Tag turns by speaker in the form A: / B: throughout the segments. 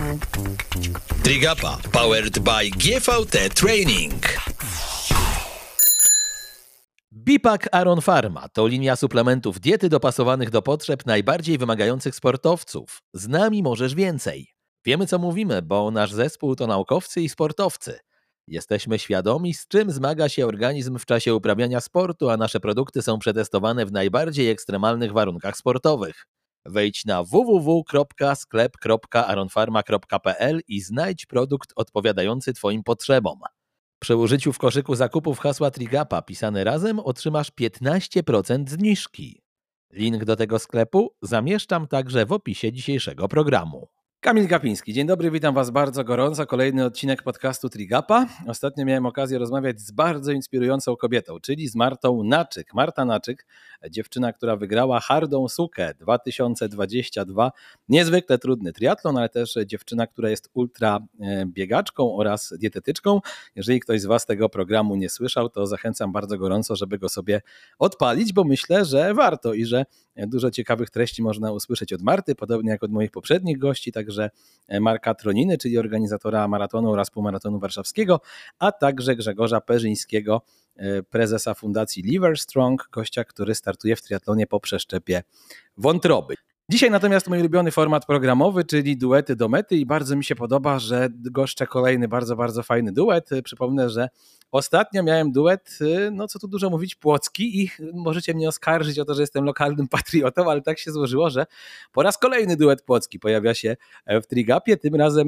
A: Trigapa powered by GVT Training. Bipak Aron Pharma to linia suplementów diety dopasowanych do potrzeb najbardziej wymagających sportowców. Z nami możesz więcej. Wiemy, co mówimy, bo nasz zespół to naukowcy i sportowcy. Jesteśmy świadomi, z czym zmaga się organizm w czasie uprawiania sportu, a nasze produkty są przetestowane w najbardziej ekstremalnych warunkach sportowych. Wejdź na www.sklep.aronpharma.pl i znajdź produkt odpowiadający Twoim potrzebom. Przy użyciu w koszyku zakupów hasła Trigapa pisane razem otrzymasz 15% zniżki. Link do tego sklepu zamieszczam także w opisie dzisiejszego programu.
B: Kamil Gapiński, dzień dobry, witam Was bardzo gorąco. Kolejny odcinek podcastu Trigapa. Ostatnio miałem okazję rozmawiać z bardzo inspirującą kobietą, czyli z Martą Naczyk. Marta Naczyk, dziewczyna, która wygrała Hardą Sukę 2022. Niezwykle trudny triatlon, ale też dziewczyna, która jest ultra biegaczką oraz dietetyczką. Jeżeli ktoś z Was tego programu nie słyszał, to zachęcam bardzo gorąco, żeby go sobie odpalić, bo myślę, że warto i że dużo ciekawych treści można usłyszeć od Marty, podobnie jak od moich poprzednich gości, także Marka Troniny, czyli organizatora maratonu oraz półmaratonu warszawskiego, a także Grzegorza Perzyńskiego, prezesa Fundacji Liverstrong, gościa, który startuje w triatlonie po przeszczepie wątroby. Dzisiaj natomiast mój ulubiony format programowy, czyli duety do mety i bardzo mi się podoba, że goszczę kolejny bardzo, bardzo fajny duet. Przypomnę, że ostatnio miałem duet, no co tu dużo mówić, płocki i możecie mnie oskarżyć o to, że jestem lokalnym patriotą, ale tak się złożyło, że po raz kolejny duet płocki pojawia się w Trigapie. Tym razem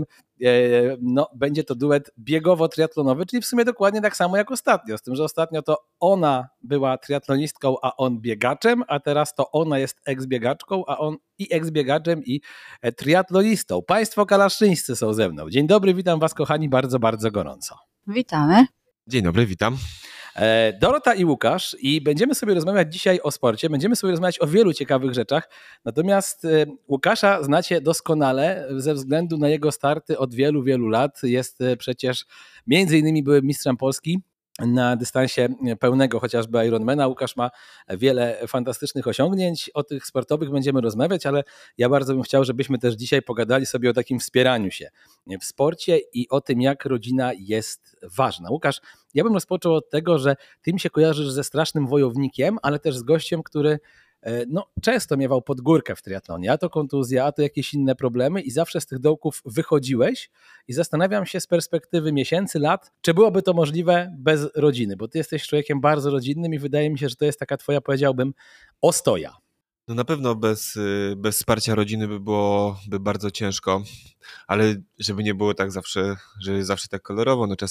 B: będzie to duet biegowo-triatlonowy, czyli w sumie dokładnie tak samo jak ostatnio, z tym, że ostatnio to ona była triatlonistką, a on biegaczem, a teraz to ona jest ex-biegaczką, a on i ex-biegaczem i triatlonistą. Państwo kalaszczyńscy są ze mną. Dzień dobry, witam Was kochani bardzo, bardzo gorąco.
C: Witamy.
D: Dzień dobry, witam.
B: Dorota i Łukasz i będziemy sobie rozmawiać dzisiaj o sporcie, będziemy sobie rozmawiać o wielu ciekawych rzeczach, natomiast Łukasza znacie doskonale ze względu na jego starty od wielu, wielu lat. Jest przecież między innymi byłym mistrzem Polski na dystansie pełnego chociażby Ironmana. Łukasz ma wiele fantastycznych osiągnięć, o tych sportowych będziemy rozmawiać, ale ja bardzo bym chciał, żebyśmy też dzisiaj pogadali sobie o takim wspieraniu się w sporcie i o tym, jak rodzina jest ważna. Łukasz, ja bym rozpoczął od tego, że ty mi się kojarzysz ze strasznym wojownikiem, ale też z gościem, który często miewał podgórkę w triatlonie, a to kontuzja, a to jakieś inne problemy i zawsze z tych dołków wychodziłeś i zastanawiam się z perspektywy miesięcy, lat, czy byłoby to możliwe bez rodziny, bo ty jesteś człowiekiem bardzo rodzinnym i wydaje mi się, że to jest taka twoja, powiedziałbym, ostoja.
D: No na pewno bez wsparcia rodziny byłoby bardzo ciężko, ale żeby nie było tak zawsze, że zawsze tak kolorowo, no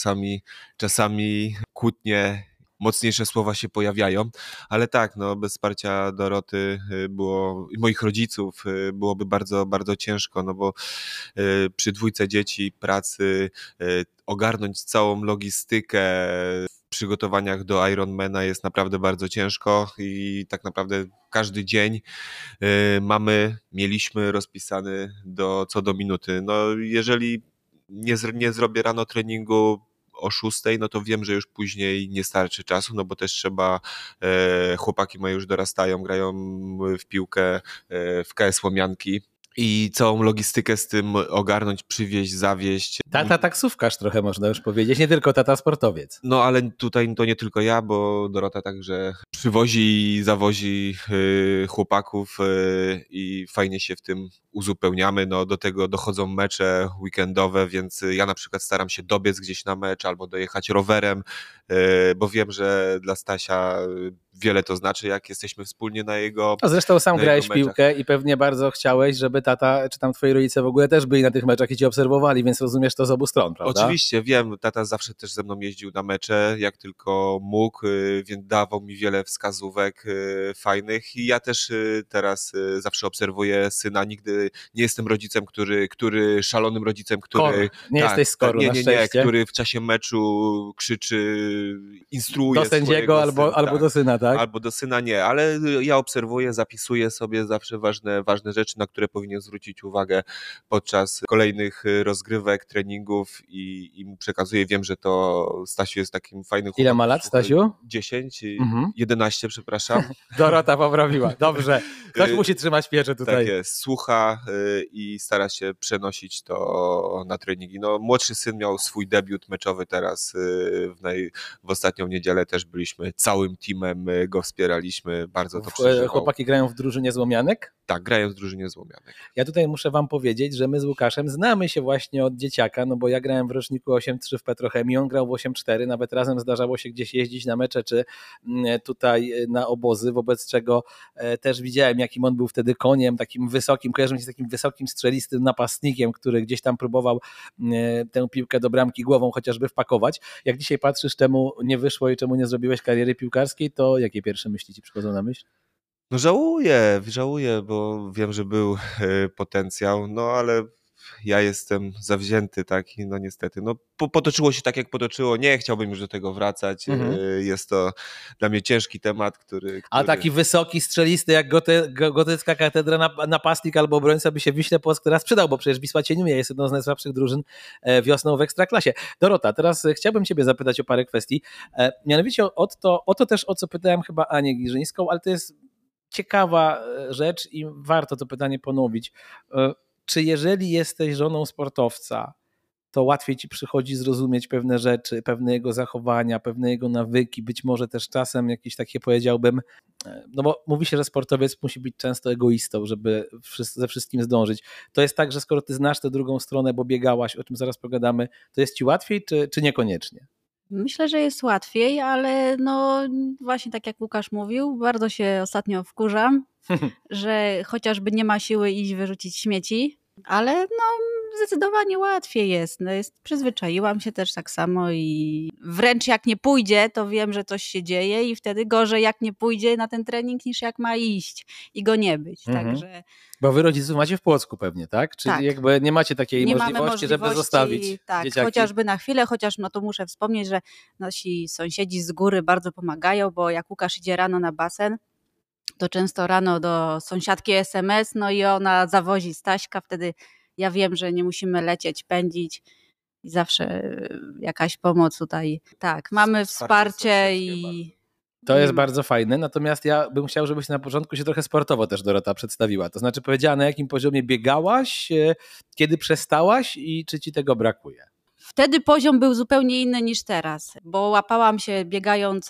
D: czasami kłótnie, mocniejsze słowa się pojawiają, ale tak, no bez wsparcia Doroty i moich rodziców byłoby bardzo, bardzo ciężko, no bo przy dwójce dzieci, pracy, ogarnąć całą logistykę w przygotowaniach do Ironmana jest naprawdę bardzo ciężko i tak naprawdę każdy dzień mieliśmy rozpisany co do minuty. No jeżeli nie zrobię rano treningu o 6, no to wiem, że już później nie starczy czasu, no bo też trzeba, chłopaki moje już dorastają, grają w piłkę, w KS Łomianki i całą logistykę z tym ogarnąć, przywieźć, zawieźć.
B: Tata taksówkarz trochę można już powiedzieć, nie tylko tata sportowiec.
D: No ale tutaj to nie tylko ja, bo Dorota także przywozi i zawozi chłopaków i fajnie się w tym uzupełniamy. No do tego dochodzą mecze weekendowe, więc ja na przykład staram się dobiec gdzieś na mecz albo dojechać rowerem, bo wiem, że dla Stasia wiele to znaczy, jak jesteśmy wspólnie na jego
B: A zresztą sam grałeś w
D: meczach.
B: piłkę i pewnie bardzo chciałeś, żeby tata, czy tam twoi rodzice w ogóle też byli na tych meczach i cię obserwowali, więc rozumiesz to z obu stron, prawda?
D: Oczywiście, wiem, tata zawsze też ze mną jeździł na mecze, jak tylko mógł, więc dawał mi wiele wskazówek fajnych i ja też teraz zawsze obserwuję syna, nigdy nie jestem rodzicem, który szalonym rodzicem, który...
B: Nie jesteś skoru, na szczęście.
D: który w czasie meczu krzyczy, instruuje
B: do sędziego albo do syna, tak?
D: Albo do syna nie, ale ja obserwuję, zapisuję sobie zawsze ważne rzeczy, na które powinien zwrócić uwagę podczas kolejnych rozgrywek, treningów i mu przekazuję. Wiem, że to Stasiu jest takim fajnym chłopakiem.
B: Ile ma lat, Stasiu?
D: 10, 11, przepraszam.
B: Dorota poprawiła, dobrze. Ktoś musi trzymać pieczę tutaj.
D: Tak jest, słucha i stara się przenosić to na treningi. No, młodszy syn miał swój debiut meczowy teraz w ostatnią niedzielę też byliśmy całym teamem, go wspieraliśmy, bardzo to przeżywał.
B: Chłopaki grają w drużynie Złomianek?
D: Tak, grają w drużynie Złomianek.
B: Ja tutaj muszę wam powiedzieć, że my z Łukaszem znamy się właśnie od dzieciaka, no bo ja grałem w roczniku 8-3 w Petrochemii, on grał w 8-4, nawet razem zdarzało się gdzieś jeździć na mecze, czy tutaj na obozy, wobec czego też widziałem, jakim on był wtedy koniem, takim wysokim, kojarzy mi się z takim wysokim, strzelistym napastnikiem, który gdzieś tam próbował tę piłkę do bramki głową chociażby wpakować. Jak dzisiaj patrzysz, czemu nie wyszło i czemu nie zrobiłeś kariery piłkarskiej, to jakie pierwsze myśli ci przychodzą na myśl?
D: No żałuję, bo wiem, że był potencjał, no ale ja jestem zawzięty, tak, i no niestety, no potoczyło się tak, jak potoczyło, nie chciałbym już do tego wracać, jest to dla mnie ciężki temat, który...
B: A taki wysoki, strzelisty jak gotycka katedra napastnik albo obrońca by się Wiśle Płock teraz przydał, bo przecież Wisła Cieniuje jest jedną z najsłabszych drużyn wiosną w Ekstraklasie. Dorota, teraz chciałbym ciebie zapytać o parę kwestii, mianowicie o to też, o co pytałem chyba Anię Giżyńską, ale to jest ciekawa rzecz i warto to pytanie ponowić. Czy jeżeli jesteś żoną sportowca, to łatwiej ci przychodzi zrozumieć pewne rzeczy, pewne jego zachowania, pewne jego nawyki, być może też czasem jakieś takie, powiedziałbym, no bo mówi się, że sportowiec musi być często egoistą, żeby ze wszystkim zdążyć. To jest tak, że skoro ty znasz tę drugą stronę, bo biegałaś, o czym zaraz pogadamy, to jest ci łatwiej, czy niekoniecznie?
C: Myślę, że jest łatwiej, ale no właśnie tak jak Łukasz mówił, bardzo się ostatnio wkurzam, że chociażby nie ma siły iść wyrzucić śmieci, ale no zdecydowanie łatwiej jest. No przyzwyczaiłam się też tak samo i wręcz jak nie pójdzie, to wiem, że coś się dzieje i wtedy gorzej jak nie pójdzie na ten trening niż jak ma iść i go nie być. Także...
B: Bo wy rodziców macie w Płocku pewnie, tak? Czyli
C: tak.
B: Jakby nie macie takiej możliwości, żeby zostawić
C: tak,
B: dzieciaki.
C: Chociażby na chwilę, chociaż no to muszę wspomnieć, że nasi sąsiedzi z góry bardzo pomagają, bo jak Łukasz idzie rano na basen, to często rano do sąsiadki SMS, no i ona zawozi Staśka, wtedy ja wiem, że nie musimy lecieć, pędzić i zawsze jakaś pomoc tutaj. Tak, mamy wsparcie i...
B: To jest bardzo fajne, natomiast ja bym chciał, żebyś na początku się trochę sportowo też, Dorota, przedstawiła. To znaczy powiedziała, na jakim poziomie biegałaś, kiedy przestałaś i czy ci tego brakuje?
C: Wtedy poziom był zupełnie inny niż teraz, bo łapałam się biegając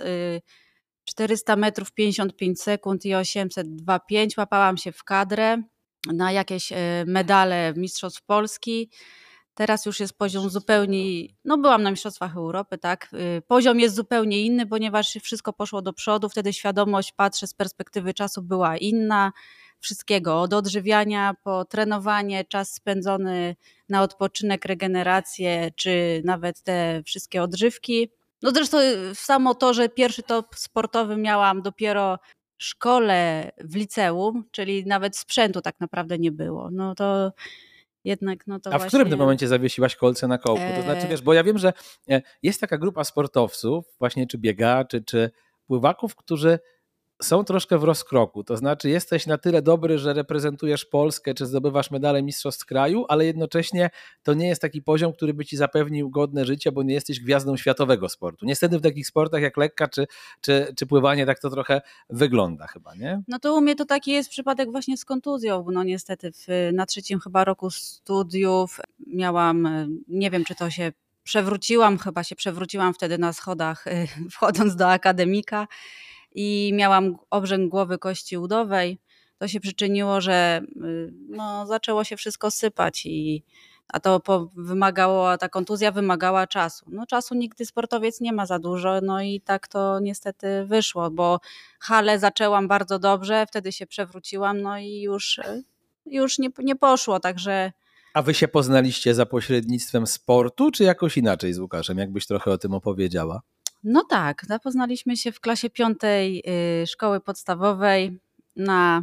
C: 400 metrów 55 sekund i 800 2,5, łapałam się w kadrę na jakieś medale Mistrzostw Polski. Teraz już jest poziom zupełnie, no byłam na Mistrzostwach Europy, tak, poziom jest zupełnie inny, ponieważ wszystko poszło do przodu, wtedy świadomość, patrzę z perspektywy czasu, była inna, wszystkiego, od odżywiania po trenowanie, czas spędzony na odpoczynek, regenerację, czy nawet te wszystkie odżywki. No zresztą samo to, że pierwszy top sportowy miałam dopiero w szkole, w liceum, czyli nawet sprzętu tak naprawdę nie było, no to jednak no to
B: A w którym tym momencie zawiesiłaś kolce na kołku? To znaczy, wiesz, bo ja wiem, że jest taka grupa sportowców, właśnie czy biegaczy, czy pływaków, którzy są troszkę w rozkroku. To znaczy, jesteś na tyle dobry, że reprezentujesz Polskę, czy zdobywasz medale mistrzostw kraju, ale jednocześnie to nie jest taki poziom, który by ci zapewnił godne życie, bo nie jesteś gwiazdą światowego sportu. Niestety w takich sportach jak lekka czy pływanie tak to trochę wygląda chyba, nie?
C: No to u mnie to taki jest przypadek właśnie z kontuzją. No niestety na 3. chyba roku studiów miałam, nie wiem czy to się chyba się przewróciłam wtedy na schodach wchodząc do akademika i miałam obrzęk głowy kości udowej. To się przyczyniło, że no, zaczęło się wszystko sypać a to ta kontuzja wymagała czasu. No czasu nigdy sportowiec nie ma za dużo, no i tak to niestety wyszło, bo halę zaczęłam bardzo dobrze, wtedy się przewróciłam, no i już nie poszło, także...
B: A wy się poznaliście za pośrednictwem sportu, czy jakoś inaczej z Łukaszem? Jakbyś trochę o tym opowiedziała?
C: No tak, zapoznaliśmy się w klasie 5 szkoły podstawowej na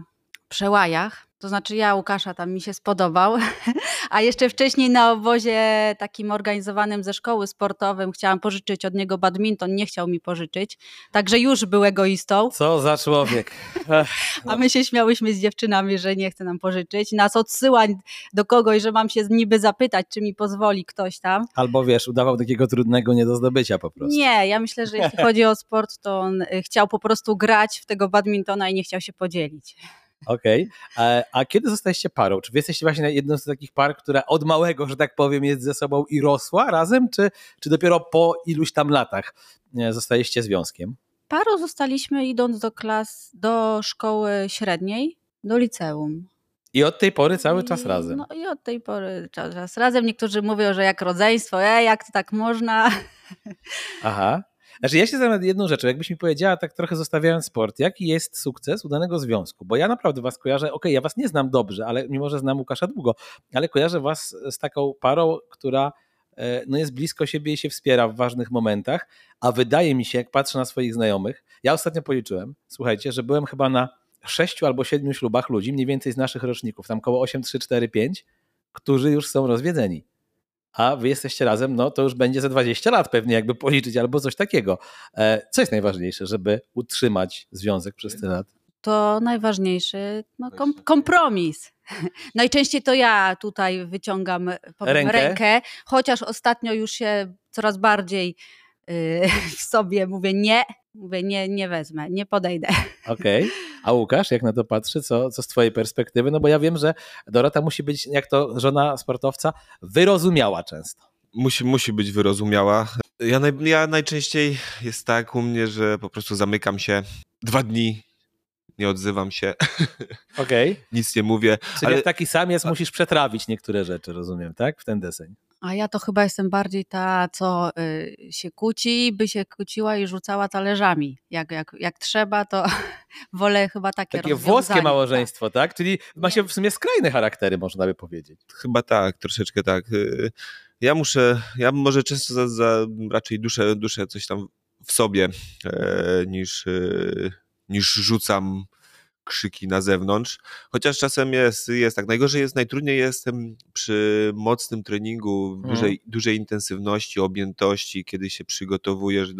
C: Przełajach. To znaczy ja Łukasza tam mi się spodobał, a jeszcze wcześniej na obozie takim organizowanym ze szkoły sportowym chciałam pożyczyć od niego badminton, nie chciał mi pożyczyć, także już był egoistą.
B: Co za człowiek.
C: A my się śmiałyśmy z dziewczynami, że nie chce nam pożyczyć. Nas odsyła do kogoś, że mam się niby zapytać, czy mi pozwoli ktoś tam.
B: Albo wiesz, udawał takiego trudnego nie do zdobycia po prostu.
C: Nie, ja myślę, że jeśli chodzi o sport, to on chciał po prostu grać w tego badmintona i nie chciał się podzielić.
B: Okej. A kiedy zostaliście parą? Czy wy jesteście właśnie jedną z takich par, która od małego, że tak powiem, jest ze sobą i rosła razem, czy dopiero po iluś tam latach zostaliście związkiem?
C: Parą zostaliśmy idąc do szkoły średniej, do liceum.
B: I od tej pory cały czas razem.
C: No i od tej pory cały czas razem. Niektórzy mówią, że jak rodzeństwo, jak to tak można?
B: Aha. Znaczy ja się zastanawiam nad jedną rzeczą, jakbyś mi powiedziała, tak trochę zostawiając sport, jaki jest sukces udanego związku? Bo ja naprawdę was kojarzę, ja was nie znam dobrze, ale mimo, że znam Łukasza długo, ale kojarzę was z taką parą, która jest blisko siebie i się wspiera w ważnych momentach, a wydaje mi się, jak patrzę na swoich znajomych, ja ostatnio policzyłem, słuchajcie, że byłem chyba na 6 albo 7 ślubach ludzi, mniej więcej z naszych roczników, tam koło 8, 3, 4, 5, którzy już są rozwiedzeni. A wy jesteście razem, to już będzie za 20 lat pewnie, jakby policzyć, albo coś takiego. Co jest najważniejsze, żeby utrzymać związek przez tyle lat?
C: To najważniejszy kompromis. Najczęściej to ja tutaj wyciągam rękę, chociaż ostatnio już się coraz bardziej w sobie mówię nie wezmę, nie podejdę.
B: Okej. A Łukasz, jak na to patrzy, co z twojej perspektywy? No bo ja wiem, że Dorota musi być, jak to żona sportowca, wyrozumiała często.
D: Musi być wyrozumiała. Ja najczęściej jest tak u mnie, że po prostu zamykam się 2 dni, nie odzywam się.
B: Okej.
D: Nic nie mówię.
B: Czyli jak taki samiec musisz przetrawić niektóre rzeczy, rozumiem, tak? W ten deseń.
C: A ja to chyba jestem bardziej ta, co się kłóci, by się kłóciła i rzucała talerzami. Jak trzeba, to wolę chyba takie rozwiązanie.
B: Włoskie małżeństwo, tak? Czyli ma się w sumie skrajne charaktery, można by powiedzieć.
D: Chyba tak, troszeczkę tak. Ja może często raczej duszę coś tam w sobie, niż rzucam krzyki na zewnątrz, chociaż czasem jest tak. Najtrudniej jest przy mocnym treningu, dużej intensywności, objętości, kiedy się przygotowujesz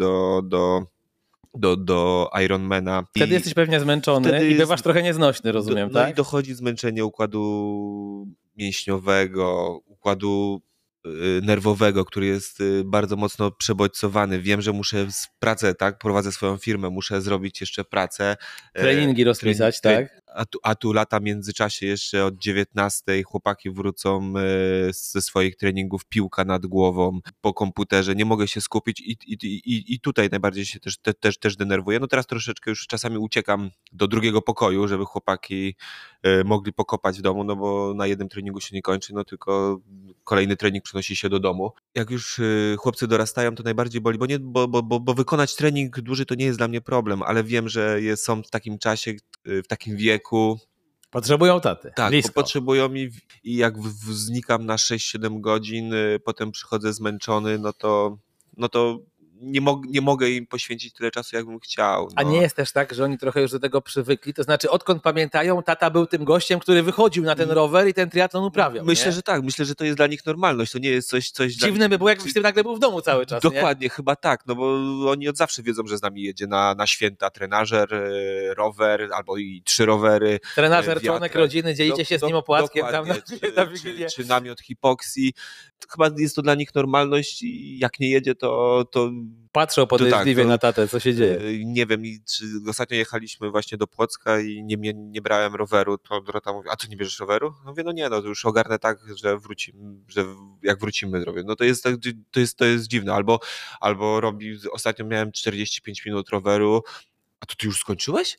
D: do Ironmana.
B: Wtedy jesteś pewnie zmęczony i bywasz trochę nieznośny, rozumiem, tak?
D: No i dochodzi zmęczenie układu mięśniowego, układu nerwowego, który jest bardzo mocno przebodźcowany. Wiem, że muszę pracę, tak? Prowadzę swoją firmę, muszę zrobić jeszcze pracę.
B: Treningi rozpisać, tak?
D: A tu lata w międzyczasie jeszcze od 19 chłopaki wrócą ze swoich treningów, piłka nad głową, po komputerze, nie mogę się skupić i tutaj najbardziej się też denerwuję. No teraz troszeczkę już czasami uciekam do drugiego pokoju, żeby chłopaki mogli pokopać w domu, no bo na jednym treningu się nie kończy, no tylko kolejny trening przenosi się do domu. Jak już chłopcy dorastają, to najbardziej boli, bo wykonać trening dłużej to nie jest dla mnie problem, ale wiem, że są w takim czasie, w takim wieku.
B: Potrzebują taty.
D: Tak,
B: blisko.
D: Potrzebują i jak znikam na 6-7 godzin, potem przychodzę zmęczony, no to nie mogę im poświęcić tyle czasu, jakbym chciał. No.
B: A nie jest też tak, że oni trochę już do tego przywykli? To znaczy, odkąd pamiętają, tata był tym gościem, który wychodził na ten rower i ten triatlon uprawiał.
D: Myślę, że tak. Myślę, że to jest dla nich normalność. To nie jest coś
B: dziwne by było, jakbyś tym nagle był w domu cały czas.
D: Dokładnie, chyba tak, no bo oni od zawsze wiedzą, że z nami jedzie na święta trenażer, rower, albo i 3 rowery.
B: Trenażer, członek rodziny, dzielicie się z nim opłatkiem tam na Wigilię.
D: Czy namiot hipoksji. Chyba jest to dla nich normalność i jak nie jedzie, to
B: patrzą podejrzliwie na tatę, co się dzieje.
D: Nie wiem, czy ostatnio jechaliśmy właśnie do Płocka i nie brałem roweru, to Dorota mówi, a ty nie bierzesz roweru? No mówię, no nie, to już ogarnę tak, że jak wrócimy zrobię. No to jest dziwne. Albo ostatnio miałem 45 minut roweru, a to ty już skończyłeś?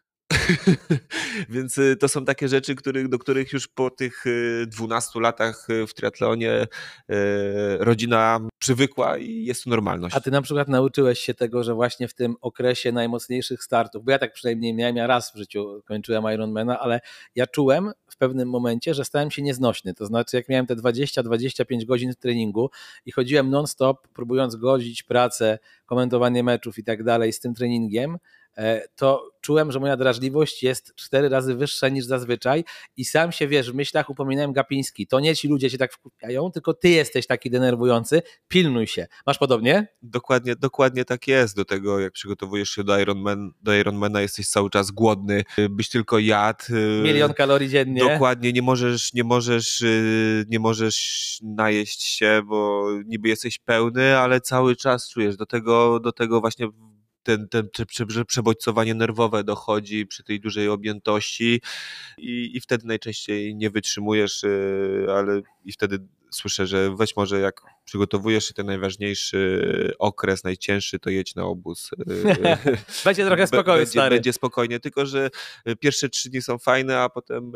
D: Więc to są takie rzeczy, do których już po tych 12 latach w triatlonie rodzina przywykła i jest to normalność.
B: A ty na przykład nauczyłeś się tego, że właśnie w tym okresie najmocniejszych startów, bo ja tak przynajmniej miałem, ja raz w życiu kończyłem Ironmana, ale ja czułem w pewnym momencie, że stałem się nieznośny. To znaczy, jak miałem te 20-25 godzin w treningu i chodziłem non-stop, próbując godzić pracę, komentowanie meczów i tak dalej z tym treningiem, to czułem, że moja drażliwość jest 4 razy wyższa niż zazwyczaj i sam się, wiesz, w myślach upominałem Gapiński, to nie ci ludzie cię tak wkurwiają, tylko ty jesteś taki denerwujący, pilnuj się. Masz podobnie?
D: Dokładnie tak jest. Do tego, jak przygotowujesz się do Ironmana, jesteś cały czas głodny, byś tylko jadł.
B: 1 000 000 kalorii dziennie.
D: Dokładnie, nie możesz najeść się, bo niby jesteś pełny, ale cały czas czujesz. Do tego właśnie ten przebodźcowanie nerwowe dochodzi przy tej dużej objętości i wtedy najczęściej nie wytrzymujesz, ale i wtedy słyszę, że weź może jak przygotowujesz się ten najważniejszy okres, najcięższy, to jedź na obóz.
B: Będzie trochę spokoju, stary.
D: Będzie spokojnie, tylko że pierwsze 3 dni są fajne, a potem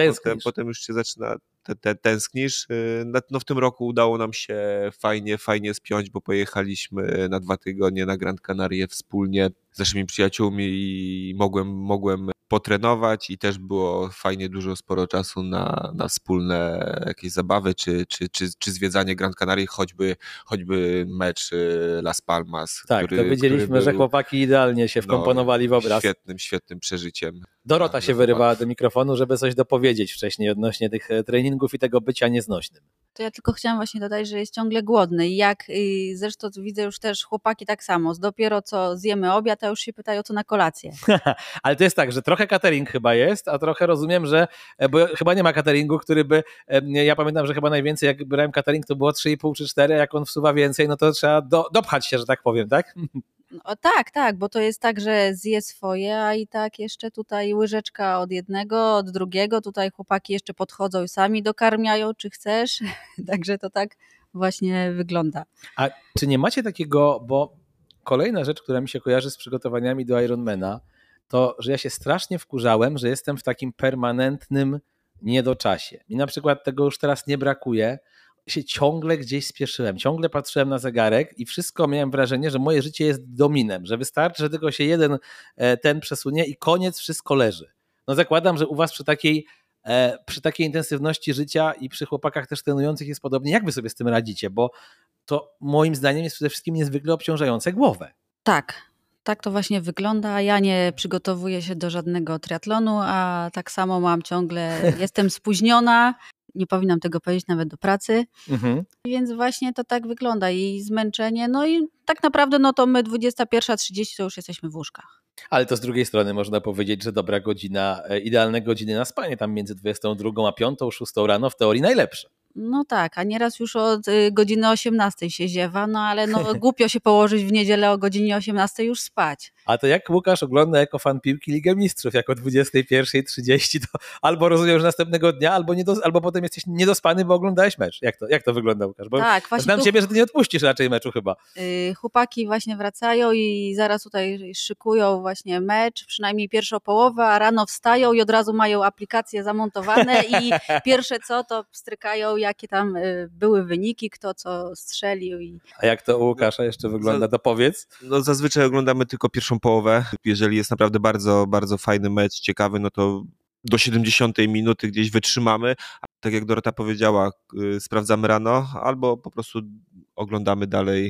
D: już się zaczyna tęsknisz. No w tym roku udało nam się fajnie spiąć, bo pojechaliśmy na 2 tygodnie na Gran Canaria wspólnie z naszymi przyjaciółmi i mogłem potrenować i też było fajnie sporo czasu na wspólne jakieś zabawy, czy zwiedzanie Gran Canaria, choćby mecz Las Palmas.
B: Tak, to widzieliśmy, że chłopaki idealnie się wkomponowali w obraz.
D: Świetnym przeżyciem.
B: Dorota się wyrywała do mikrofonu, żeby coś dopowiedzieć wcześniej odnośnie tych treningów i tego bycia nieznośnym.
C: To ja tylko chciałam właśnie dodać, że jest ciągle głodny i zresztą widzę już też chłopaki tak samo, dopiero co zjemy obiad, a już się pytają co na kolację.
B: Ale to jest tak, że trochę catering chyba jest, a trochę rozumiem, że, bo chyba nie ma cateringu, który by, ja pamiętam, że chyba najwięcej jak brałem catering to było 3,5 czy 4, jak on wsuwa więcej, no to trzeba dopchać się, że tak powiem, tak?
C: No, tak, bo to jest tak, że zje swoje, a i tak jeszcze tutaj łyżeczka od jednego, od drugiego, tutaj chłopaki jeszcze podchodzą i sami dokarmiają, czy chcesz, także to tak właśnie wygląda.
B: A czy nie macie takiego, bo kolejna rzecz, która mi się kojarzy z przygotowaniami do Ironmana, to, że ja się strasznie wkurzałem, że jestem w takim permanentnym niedoczasie. Mi na przykład tego już teraz nie brakuje, się ciągle gdzieś spieszyłem, ciągle patrzyłem na zegarek i wszystko miałem wrażenie, że moje życie jest dominem, że wystarczy, że tylko się jeden ten przesunie i koniec, wszystko leży. No zakładam, że u was przy takiej intensywności życia i przy chłopakach też trenujących jest podobnie. Jak wy sobie z tym radzicie? Bo to moim zdaniem jest przede wszystkim niezwykle obciążające głowę.
C: Tak to właśnie wygląda. Ja nie przygotowuję się do żadnego triatlonu, a tak samo jestem spóźniona. Nie powinnam tego powiedzieć nawet do pracy, Więc właśnie to tak wygląda i zmęczenie, no i tak naprawdę no to my 21:30 to już jesteśmy w łóżkach.
B: Ale to z drugiej strony można powiedzieć, że dobra godzina, idealne godziny na spanie, tam między 22 a 5, 6 rano w teorii najlepsze.
C: No tak, a nieraz już od godziny 18 się ziewa, no ale no głupio się położyć w niedzielę o godzinie 18 już spać.
B: A to jak Łukasz ogląda jako fan piłki Ligę Mistrzów, jak o 21:30, to albo rozumiesz następnego dnia, albo potem jesteś niedospany, bo oglądałeś mecz. Jak to wygląda, Łukasz? Bo
C: tak, właśnie
B: znam ciebie, że ty nie odpuścisz raczej meczu chyba.
C: Chłopaki właśnie wracają i zaraz tutaj szykują właśnie mecz, przynajmniej pierwszą połowę, a rano wstają i od razu mają aplikacje zamontowane i pierwsze co, to pstrykają jakie tam były wyniki, kto co strzelił.
B: A jak to u Łukasza jeszcze wygląda, to powiedz.
D: No zazwyczaj oglądamy tylko pierwszą połowę. Jeżeli jest naprawdę bardzo, bardzo fajny mecz, ciekawy, no to do 70 minuty gdzieś wytrzymamy. A tak jak Dorota powiedziała, sprawdzamy rano albo po prostu oglądamy dalej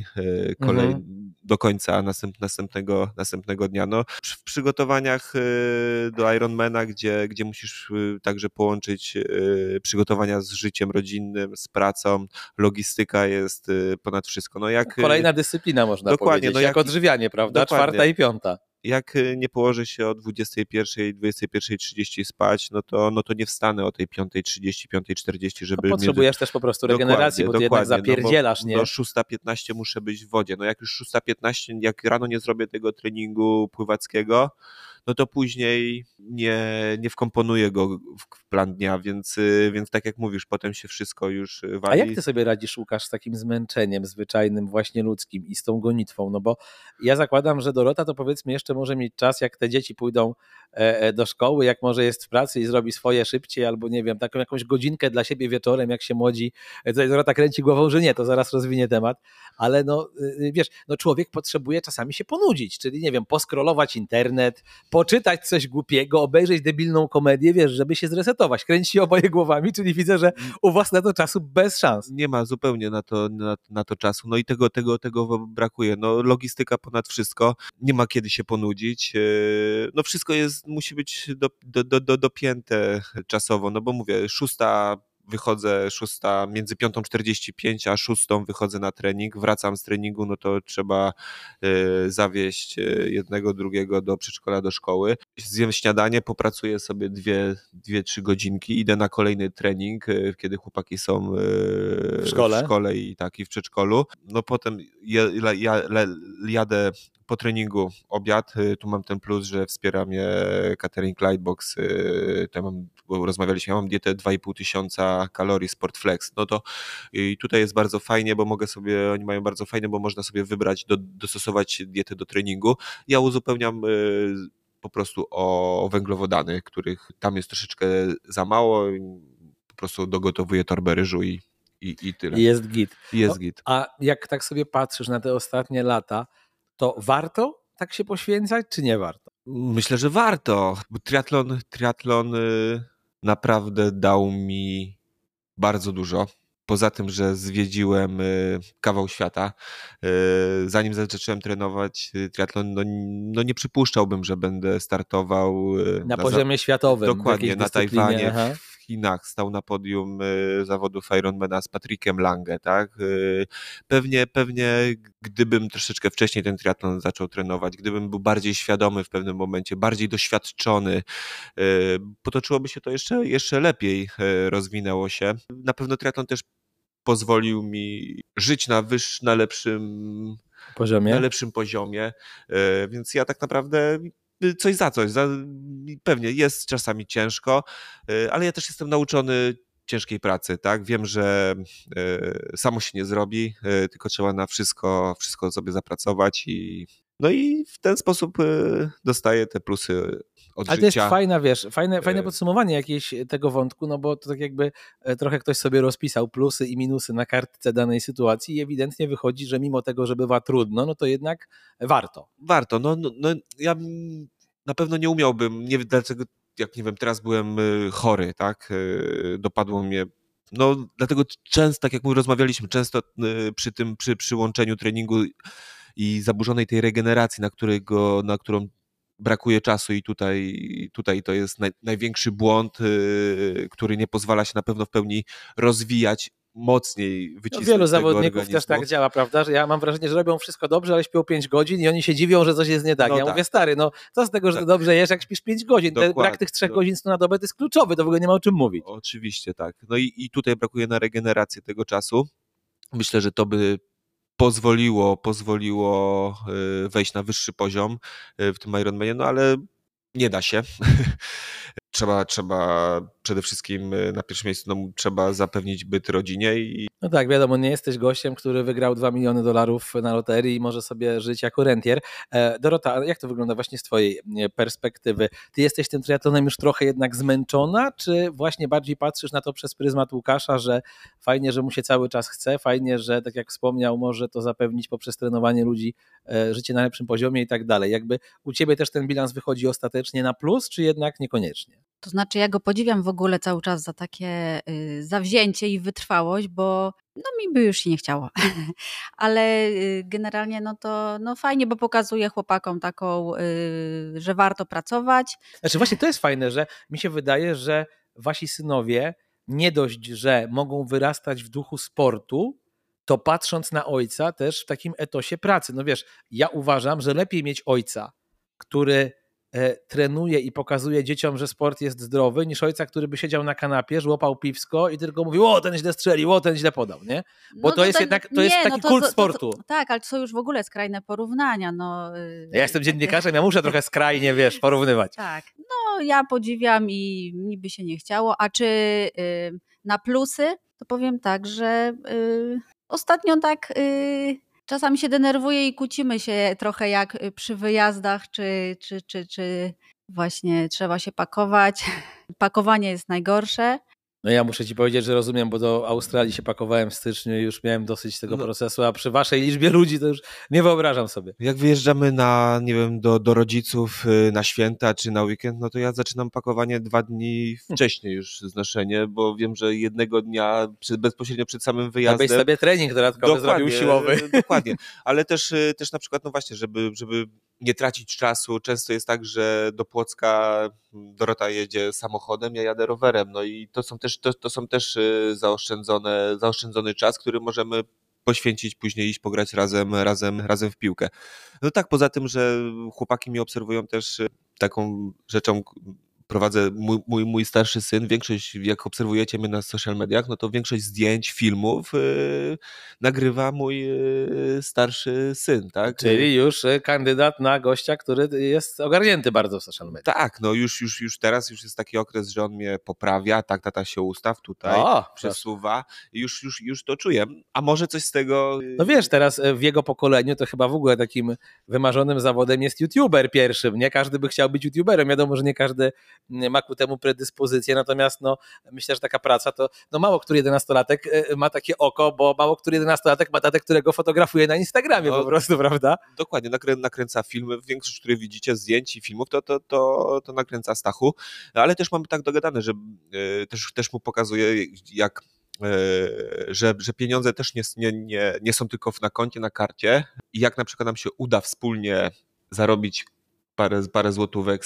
D: do końca następnego dnia. No, w przygotowaniach do Ironmana, gdzie musisz także połączyć przygotowania z życiem rodzinnym, z pracą, logistyka jest ponad wszystko. No
B: kolejna dyscyplina można powiedzieć, no jak odżywianie, prawda?
D: Dokładnie.
B: 4. i 5.
D: Jak nie położę się o 21:00, 21:30 spać, no to nie wstanę o tej 5:30, 5:40, żeby...
B: Potrzebujesz też po prostu regeneracji, bo ty jednak zapierdzielasz, nie?
D: Do 6:15 muszę być w wodzie. No jak już 6:15, jak rano nie zrobię tego treningu pływackiego, no to później nie wkomponuję go w plan dnia, więc tak jak mówisz, potem się wszystko już wali.
B: A jak ty sobie radzisz, Łukasz, z takim zmęczeniem zwyczajnym, właśnie ludzkim i z tą gonitwą? No bo ja zakładam, że Dorota to powiedzmy jeszcze może mieć czas, jak te dzieci pójdą do szkoły, jak może jest w pracy i zrobi swoje szybciej, albo nie wiem, taką jakąś godzinkę dla siebie wieczorem, jak się młodzi. Dorota kręci głową, że nie, to zaraz rozwinie temat, ale no wiesz, no człowiek potrzebuje czasami się ponudzić, czyli nie wiem, poskrolować internet, poczytać coś głupiego, obejrzeć debilną komedię, wiesz, żeby się zresetować. Kręci oboje głowami, czyli widzę, że u was na to czasu bez szans.
D: Nie ma zupełnie na to czasu. No i tego brakuje. No, logistyka ponad wszystko. Nie ma kiedy się ponudzić. No wszystko musi być dopięte czasowo. No bo mówię, wychodzę między 5:45 a 6 wychodzę na trening, wracam z treningu, no to trzeba zawieźć jednego, drugiego do przedszkola, do szkoły. Zjem śniadanie, popracuję sobie 2-3 godzinki, idę na kolejny trening, kiedy chłopaki są w szkole i w przedszkolu. No potem jadę po treningu obiad, tu mam ten plus, że wspiera mnie Catering Lightbox, rozmawialiśmy, ja mam dietę 2500 kalorii Sportflex, no to i tutaj jest bardzo fajnie, bo oni mają bardzo fajnie, bo można sobie wybrać, dostosować dietę do treningu. Ja uzupełniam po prostu o węglowodany, których tam jest troszeczkę za mało, po prostu dogotowuję torbę ryżu i tyle.
B: I jest git.
D: Git.
B: A jak tak sobie patrzysz na te ostatnie lata, to warto tak się poświęcać, czy nie warto?
D: Myślę, że warto. Triatlon naprawdę dał mi bardzo dużo. Poza tym, że zwiedziłem kawał świata, zanim zacząłem trenować triatlon, no nie przypuszczałbym, że będę startował
B: na poziomie światowym.
D: Dokładnie, na Tajwanie, w Chinach, stał na podium zawodów Ironmana z Patrickiem Lange, tak? Pewnie gdybym troszeczkę wcześniej ten triatlon zaczął trenować, gdybym był bardziej świadomy w pewnym momencie, bardziej doświadczony, potoczyłoby się to jeszcze lepiej, rozwinęło się. Na pewno triatlon też pozwolił mi żyć na lepszym poziomie, więc ja tak naprawdę coś za coś. Pewnie jest czasami ciężko, ale ja też jestem nauczony ciężkiej pracy, tak? Wiem, że samo się nie zrobi, tylko trzeba na wszystko sobie zapracować i w ten sposób dostaję te plusy od
B: ale
D: życia.
B: to jest fajna, fajne podsumowanie jakieś tego wątku, no bo to tak jakby trochę ktoś sobie rozpisał plusy i minusy na kartce danej sytuacji i ewidentnie wychodzi, że mimo tego, że bywa trudno, no to jednak warto.
D: Warto. No ja na pewno nie umiałbym, nie wiem dlaczego, jak nie wiem, teraz byłem chory, tak? Dopadło mnie. No dlatego często, tak jak rozmawialiśmy, często przy przyłączeniu treningu i zaburzonej tej regeneracji, na którą brakuje czasu i tutaj to jest największy błąd, który nie pozwala się na pewno w pełni rozwijać, mocniej wycisnąć
B: wielu
D: tego
B: zawodników
D: organizmu.
B: też tak działa, prawda, że ja mam wrażenie, że robią wszystko dobrze, ale śpią 5 godzin i oni się dziwią, że coś jest nie tak.
D: No
B: Ja
D: tak.
B: mówię, stary, no co z tego, że dobrze jesz, jak śpisz 5 godzin? Brak tych 3 godzin na dobę to jest kluczowy, to w ogóle nie ma o czym mówić.
D: Oczywiście, tak. No i tutaj brakuje na regenerację tego czasu. Myślę, że to by pozwoliło wejść na wyższy poziom w tym Ironmanie, no ale nie da się. Trzeba przede wszystkim na pierwszym miejscu trzeba zapewnić byt rodzinie i
B: No tak, wiadomo, nie jesteś gościem, który wygrał $2 miliony na loterii i może sobie żyć jako rentier. Dorota, a jak to wygląda właśnie z twojej perspektywy? Ty jesteś tym triatlonem już trochę jednak zmęczona, czy właśnie bardziej patrzysz na to przez pryzmat Łukasza, że fajnie, że mu się cały czas chce, fajnie, że tak jak wspomniał, może to zapewnić poprzez trenowanie ludzi życie na lepszym poziomie i tak dalej. Jakby u ciebie też ten bilans wychodzi ostatecznie na plus, czy jednak niekoniecznie?
C: To znaczy ja go podziwiam w ogóle cały czas za takie zawzięcie i wytrwałość, bo no mi by już się nie chciało, ale generalnie no to no fajnie, bo pokazuje chłopakom taką, że warto pracować.
B: Znaczy właśnie to jest fajne, że mi się wydaje, że wasi synowie nie dość, że mogą wyrastać w duchu sportu, to patrząc na ojca też w takim etosie pracy. No wiesz, ja uważam, że lepiej mieć ojca, który trenuje i pokazuje dzieciom, że sport jest zdrowy, niż ojca, który by siedział na kanapie, żłopał piwsko i tylko mówił, o ten źle strzelił, o ten źle podał, nie? Bo
C: No
B: to jest jednak to jest taki kult sportu.
C: Tak, ale to są już w ogóle skrajne porównania. No,
B: ja jestem dziennikarzem, ja muszę trochę skrajnie, wiesz, porównywać.
C: Tak, no ja podziwiam i mi by się nie chciało, a czy na plusy, to powiem tak, że ostatnio tak czasami się denerwuję i kłócimy się trochę jak przy wyjazdach, czy właśnie trzeba się pakować. Pakowanie jest najgorsze.
B: No ja muszę ci powiedzieć, że rozumiem, bo do Australii się pakowałem w styczniu i już miałem dosyć tego procesu, a przy waszej liczbie ludzi to już nie wyobrażam sobie.
D: Jak wyjeżdżamy na, nie wiem, do rodziców na święta czy na weekend, no to ja zaczynam pakowanie 2 dni wcześniej już znoszenie, bo wiem, że jednego dnia bezpośrednio przed samym wyjazdem...
B: Abyś sobie trening dodatkowy zrobił siłowy.
D: Dokładnie, ale też na przykład, no właśnie, żeby nie tracić czasu. Często jest tak, że do Płocka Dorota jedzie samochodem, ja jadę rowerem, no i to są też zaoszczędzony czas, który możemy poświęcić, później iść pograć razem w piłkę. No tak, poza tym, że chłopaki mnie obserwują też taką rzeczą, prowadzę mój starszy syn, większość, jak obserwujecie mnie na social mediach, no to większość zdjęć, filmów nagrywa mój starszy syn, tak?
B: Czyli już kandydat na gościa, który jest ogarnięty bardzo w social mediach.
D: Tak, no już teraz jest taki okres, że on mnie poprawia, tak, tata się ustaw tutaj, przesuwa, już to czuję. A może coś z tego...
B: No wiesz, teraz w jego pokoleniu to chyba w ogóle takim wymarzonym zawodem jest youtuber pierwszym, nie? Każdy by chciał być youtuberem, wiadomo, że nie każdy ma ku temu predyspozycję, natomiast no, myślę, że taka praca to no, mało który 11-latek ma takie oko, bo mało który 11-latek ma tatę, którego fotografuje na Instagramie po prostu, prawda?
D: Dokładnie, nakręca filmy, większość, które widzicie, zdjęć i filmów, to nakręca Stachu, ale też mamy tak dogadane, że też mu pokazuje, jak że pieniądze też nie są tylko na koncie, na karcie i jak na przykład nam się uda wspólnie zarobić parę złotówek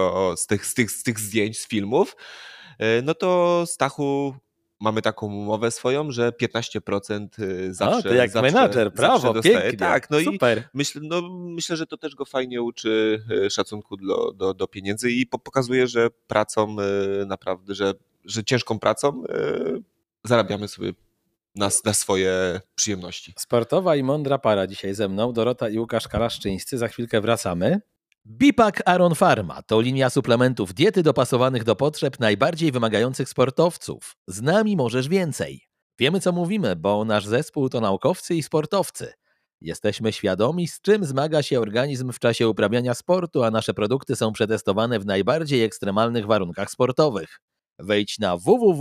D: z tych zdjęć, z filmów, no to Stachu mamy taką umowę swoją, że 15% zawsze...
B: to jak menadżer, brawo,
D: dostaje.
B: pięknie,
D: tak, no
B: super.
D: I myślę, że to też go fajnie uczy szacunku do pieniędzy i pokazuje, że pracą naprawdę, że ciężką pracą zarabiamy sobie na swoje przyjemności.
B: Sportowa i mądra para dzisiaj ze mną, Dorota i Łukasz Kalaszczyńscy, za chwilkę wracamy.
A: Bipak Aron Pharma to linia suplementów diety dopasowanych do potrzeb najbardziej wymagających sportowców. Z nami możesz więcej. Wiemy, co mówimy, bo nasz zespół to naukowcy i sportowcy. Jesteśmy świadomi, z czym zmaga się organizm w czasie uprawiania sportu, a nasze produkty są przetestowane w najbardziej ekstremalnych warunkach sportowych. Wejdź na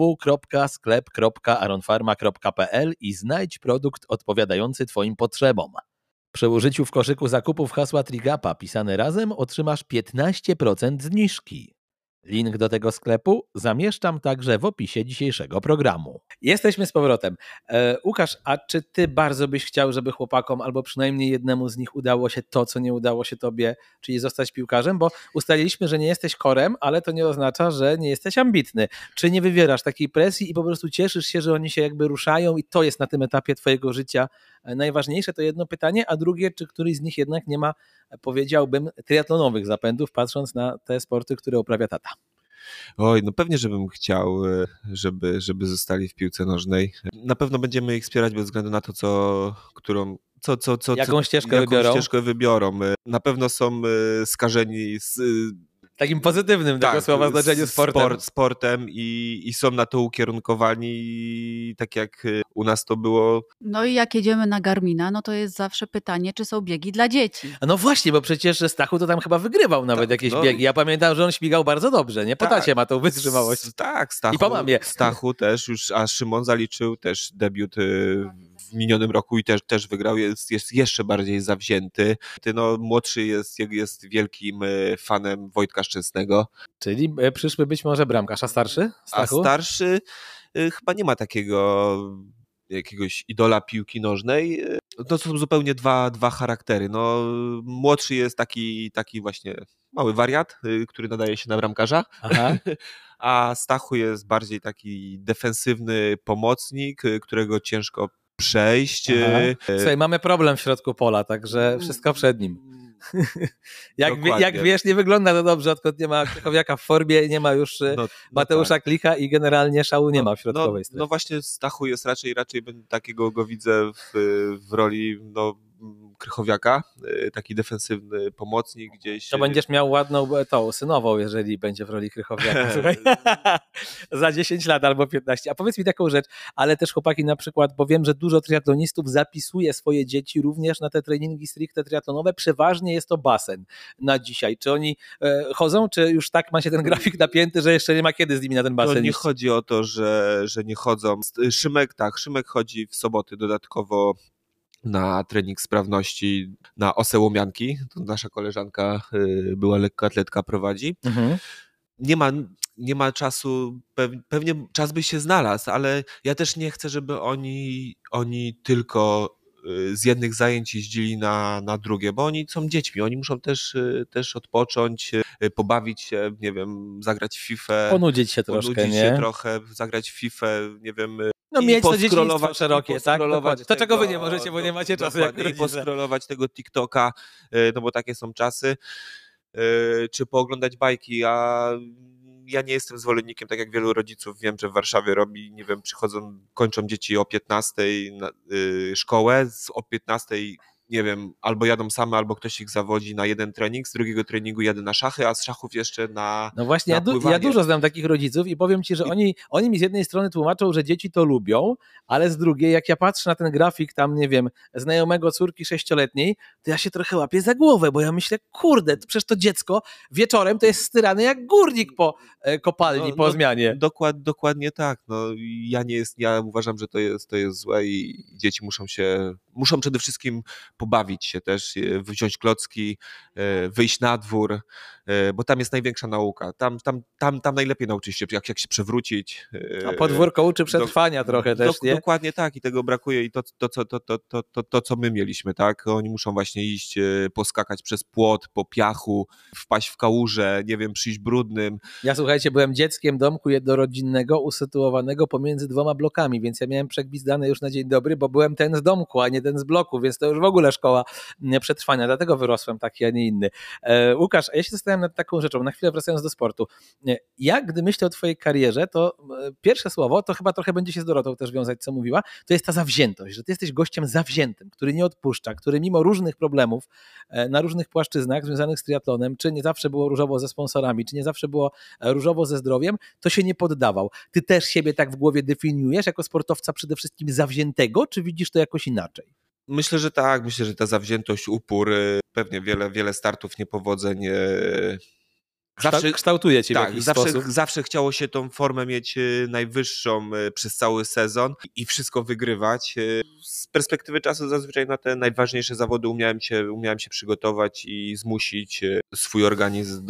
A: www.sklep.aronpharma.pl i znajdź produkt odpowiadający Twoim potrzebom. Przy użyciu w koszyku zakupów hasła Trigapa pisane razem otrzymasz 15% zniżki. Link do tego sklepu zamieszczam także w opisie dzisiejszego programu.
B: Jesteśmy z powrotem. Łukasz, a czy ty bardzo byś chciał, żeby chłopakom albo przynajmniej jednemu z nich udało się to, co nie udało się tobie, czyli zostać piłkarzem? Bo ustaliliśmy, że nie jesteś korem, ale to nie oznacza, że nie jesteś ambitny. Czy nie wywierasz takiej presji i po prostu cieszysz się, że oni się jakby ruszają i to jest na tym etapie twojego życia najważniejsze? To jedno pytanie, a drugie, czy któryś z nich jednak nie ma, powiedziałbym, triatlonowych zapędów, patrząc na te sporty, które uprawia tata?
D: Oj, no pewnie, żebym chciał, żeby zostali w piłce nożnej. Na pewno będziemy ich wspierać bez względu na to,
B: jaką ścieżkę wybiorą.
D: Na pewno są skażeni
B: takim pozytywnym tego słowa znaczeniu
D: sportem i są na to ukierunkowani i tak jak u nas to było.
C: No i jak jedziemy na Garmina, no to jest zawsze pytanie, czy są biegi dla dzieci.
B: No właśnie, bo przecież Stachu to tam chyba wygrywał nawet jakieś biegi. Ja pamiętam, że on śmigał bardzo dobrze, nie? Po tacie ma tą wytrzymałość.
D: Tak,
B: I po mamie.
D: Stachu też już, a Szymon zaliczył też debiut w minionym roku i też wygrał, jest jeszcze bardziej zawzięty. No, młodszy jest wielkim fanem Wojtka Szczęsnego.
B: Czyli przyszły być może bramkarz, a starszy? Stachu?
D: A starszy chyba nie ma jakiegoś idola piłki nożnej. To są zupełnie dwa charaktery. No, młodszy jest taki właśnie mały wariat, który nadaje się na bramkarza.
B: Aha.
D: A Stachu jest bardziej taki defensywny pomocnik, którego ciężko przejść.
B: Słuchaj, mamy problem w środku pola, także wszystko przed nim. Jak wiesz, nie wygląda to dobrze, odkąd nie ma Krychowiaka w formie, nie ma już Mateusza Klicha i generalnie szału nie ma w środkowej strefie.
D: No właśnie Stachu jest raczej takiego go widzę w roli Krychowiaka, taki defensywny pomocnik gdzieś.
B: To będziesz miał ładną tą synową, jeżeli będzie w roli Krychowiaka. Słuchaj. Za 10 lat albo 15. A powiedz mi taką rzecz, ale też chłopaki na przykład, bo wiem, że dużo triatlonistów zapisuje swoje dzieci również na te treningi stricte triatlonowe. Przeważnie jest to basen na dzisiaj. Czy oni chodzą, czy już tak ma się ten grafik napięty, że jeszcze nie ma kiedy z nimi na ten basen
D: To nie
B: iść?
D: chodzi o to, że nie chodzą. Szymek chodzi w soboty dodatkowo na trening sprawności na Osę Łomianki. To nasza koleżanka, była lekkoatletka, prowadzi. Nie ma czasu, pewnie czas by się znalazł, ale ja też nie chcę, żeby oni tylko z jednych zajęć jeździli na drugie, bo oni są dziećmi, oni muszą też odpocząć, pobawić się, nie wiem, zagrać w FIFA.
B: Ponudzić się troszkę, nie?
D: Zagrać w FIFA, nie wiem.
B: No
D: i
B: mieć to dzieciństwo szerokie, tak?
D: Dokładnie.
B: To czego wy nie możecie, bo nie macie czasu jak
D: I
B: rodzice.
D: poskrolować tego TikToka, no bo takie są czasy, czy pooglądać bajki, a ja nie jestem zwolennikiem, tak jak wielu rodziców wiem, że w Warszawie robi, nie wiem, kończą dzieci o 15:00 szkołę, o 15:00, nie wiem, albo jadą same, albo ktoś ich zawodzi na jeden trening, z drugiego treningu jadę na szachy, a z szachów jeszcze na
B: No właśnie,
D: na pływanie.
B: ja dużo znam takich rodziców i powiem ci, że oni mi z jednej strony tłumaczą, że dzieci to lubią, ale z drugiej, jak ja patrzę na ten grafik tam, nie wiem, znajomego córki 6-letniej, to ja się trochę łapię za głowę, bo ja myślę, kurde, przecież to dziecko wieczorem to jest styrany jak górnik po kopalni, po zmianie.
D: Dokładnie tak. No, ja uważam, że to jest złe i dzieci muszą przede wszystkim pobawić się też, wziąć klocki, wyjść na dwór, bo tam jest największa nauka. Tam najlepiej nauczyć się, jak się przewrócić.
B: A podwórko uczy przetrwania trochę też, nie?
D: Dokładnie tak i tego brakuje i to, co my mieliśmy, tak? Oni muszą właśnie iść, poskakać przez płot, po piachu, wpaść w kałużę, nie wiem, przyjść brudnym.
B: Ja słuchajcie, byłem dzieckiem domku jednorodzinnego, usytuowanego pomiędzy 2 blokami, więc ja miałem przegwizdane już na dzień dobry, bo byłem ten z domku, a nie ten z bloku, więc to już w ogóle szkoła przetrwania, dlatego wyrosłem taki, a nie inny. Łukasz, ja się zastanawiam nad taką rzeczą, na chwilę wracając do sportu. Ja, gdy myślę o twojej karierze, to pierwsze słowo, to chyba trochę będzie się z Dorotą też wiązać, co mówiła, to jest ta zawziętość, że ty jesteś gościem zawziętym, który nie odpuszcza, który mimo różnych problemów na różnych płaszczyznach związanych z triatlonem, czy nie zawsze było różowo ze sponsorami, czy nie zawsze było różowo ze zdrowiem, to się nie poddawał. Ty też siebie tak w głowie definiujesz jako sportowca przede wszystkim zawziętego, czy widzisz to jakoś inaczej?
D: Myślę, że tak. Myślę, że ta zawziętość, upór, pewnie wiele startów, niepowodzeń.
B: Kształtuje cię w jakiś sposób.
D: Zawsze chciało się tą formę mieć najwyższą przez cały sezon i wszystko wygrywać. Z perspektywy czasu zazwyczaj na te najważniejsze zawody umiałem się przygotować i zmusić swój organizm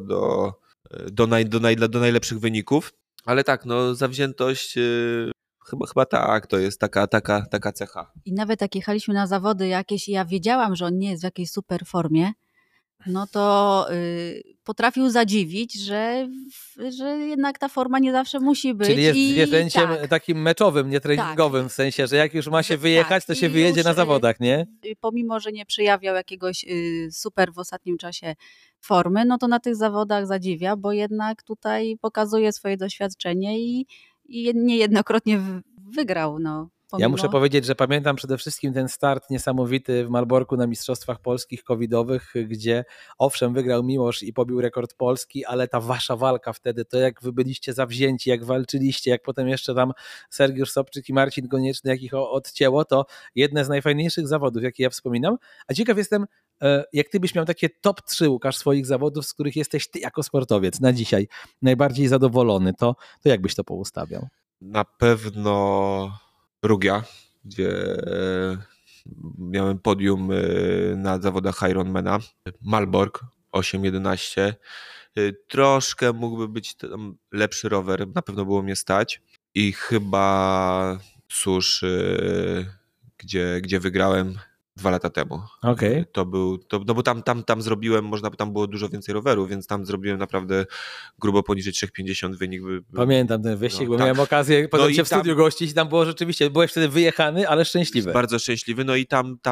D: do najlepszych wyników. Ale tak, no zawziętość... Chyba tak, to jest taka cecha.
C: I nawet jak jechaliśmy na zawody jakieś i ja wiedziałam, że on nie jest w jakiejś super formie, no to potrafił zadziwić, że jednak ta forma nie zawsze musi być.
B: Czyli jest zwierzęciem
C: tak,
B: takim meczowym, nie treningowym, w sensie, że jak już ma się wyjechać, to się wyjedzie na zawodach, nie?
C: Pomimo, że nie przejawiał jakiegoś super w ostatnim czasie formy, no to na tych zawodach zadziwia, bo jednak tutaj pokazuje swoje doświadczenie i niejednokrotnie wygrał. No,
B: Ja muszę powiedzieć, że pamiętam przede wszystkim ten start niesamowity w Malborku na Mistrzostwach Polskich covidowych, gdzie owszem wygrał Miłosz i pobił rekord Polski, ale ta wasza walka wtedy, to jak wy byliście zawzięci, jak walczyliście, jak potem jeszcze tam Sergiusz Sobczyk i Marcin Konieczny, jak ich odcięło, to jedne z najfajniejszych zawodów, jakie ja wspominam. A ciekaw jestem, jak ty byś miał takie top 3, Łukasz, swoich zawodów, z których jesteś ty jako sportowiec na dzisiaj najbardziej zadowolony, to jak byś to poustawiał?
D: Na pewno Rugia, gdzie miałem podium na zawodach Ironmana. Malbork 8:11. Troszkę mógłby być tam lepszy rower, na pewno było mnie stać. I chyba Susz, gdzie wygrałem 2 lata temu.
B: Okay.
D: No bo tam zrobiłem, tam było dużo więcej rowerów, więc tam zrobiłem naprawdę grubo poniżej 3,50 wynik.
B: Pamiętam ten wyścig, bo miałem okazję potem cię w studiu gościć i tam było rzeczywiście, byłeś wtedy wyjechany, ale szczęśliwy.
D: Bardzo szczęśliwy, no i tam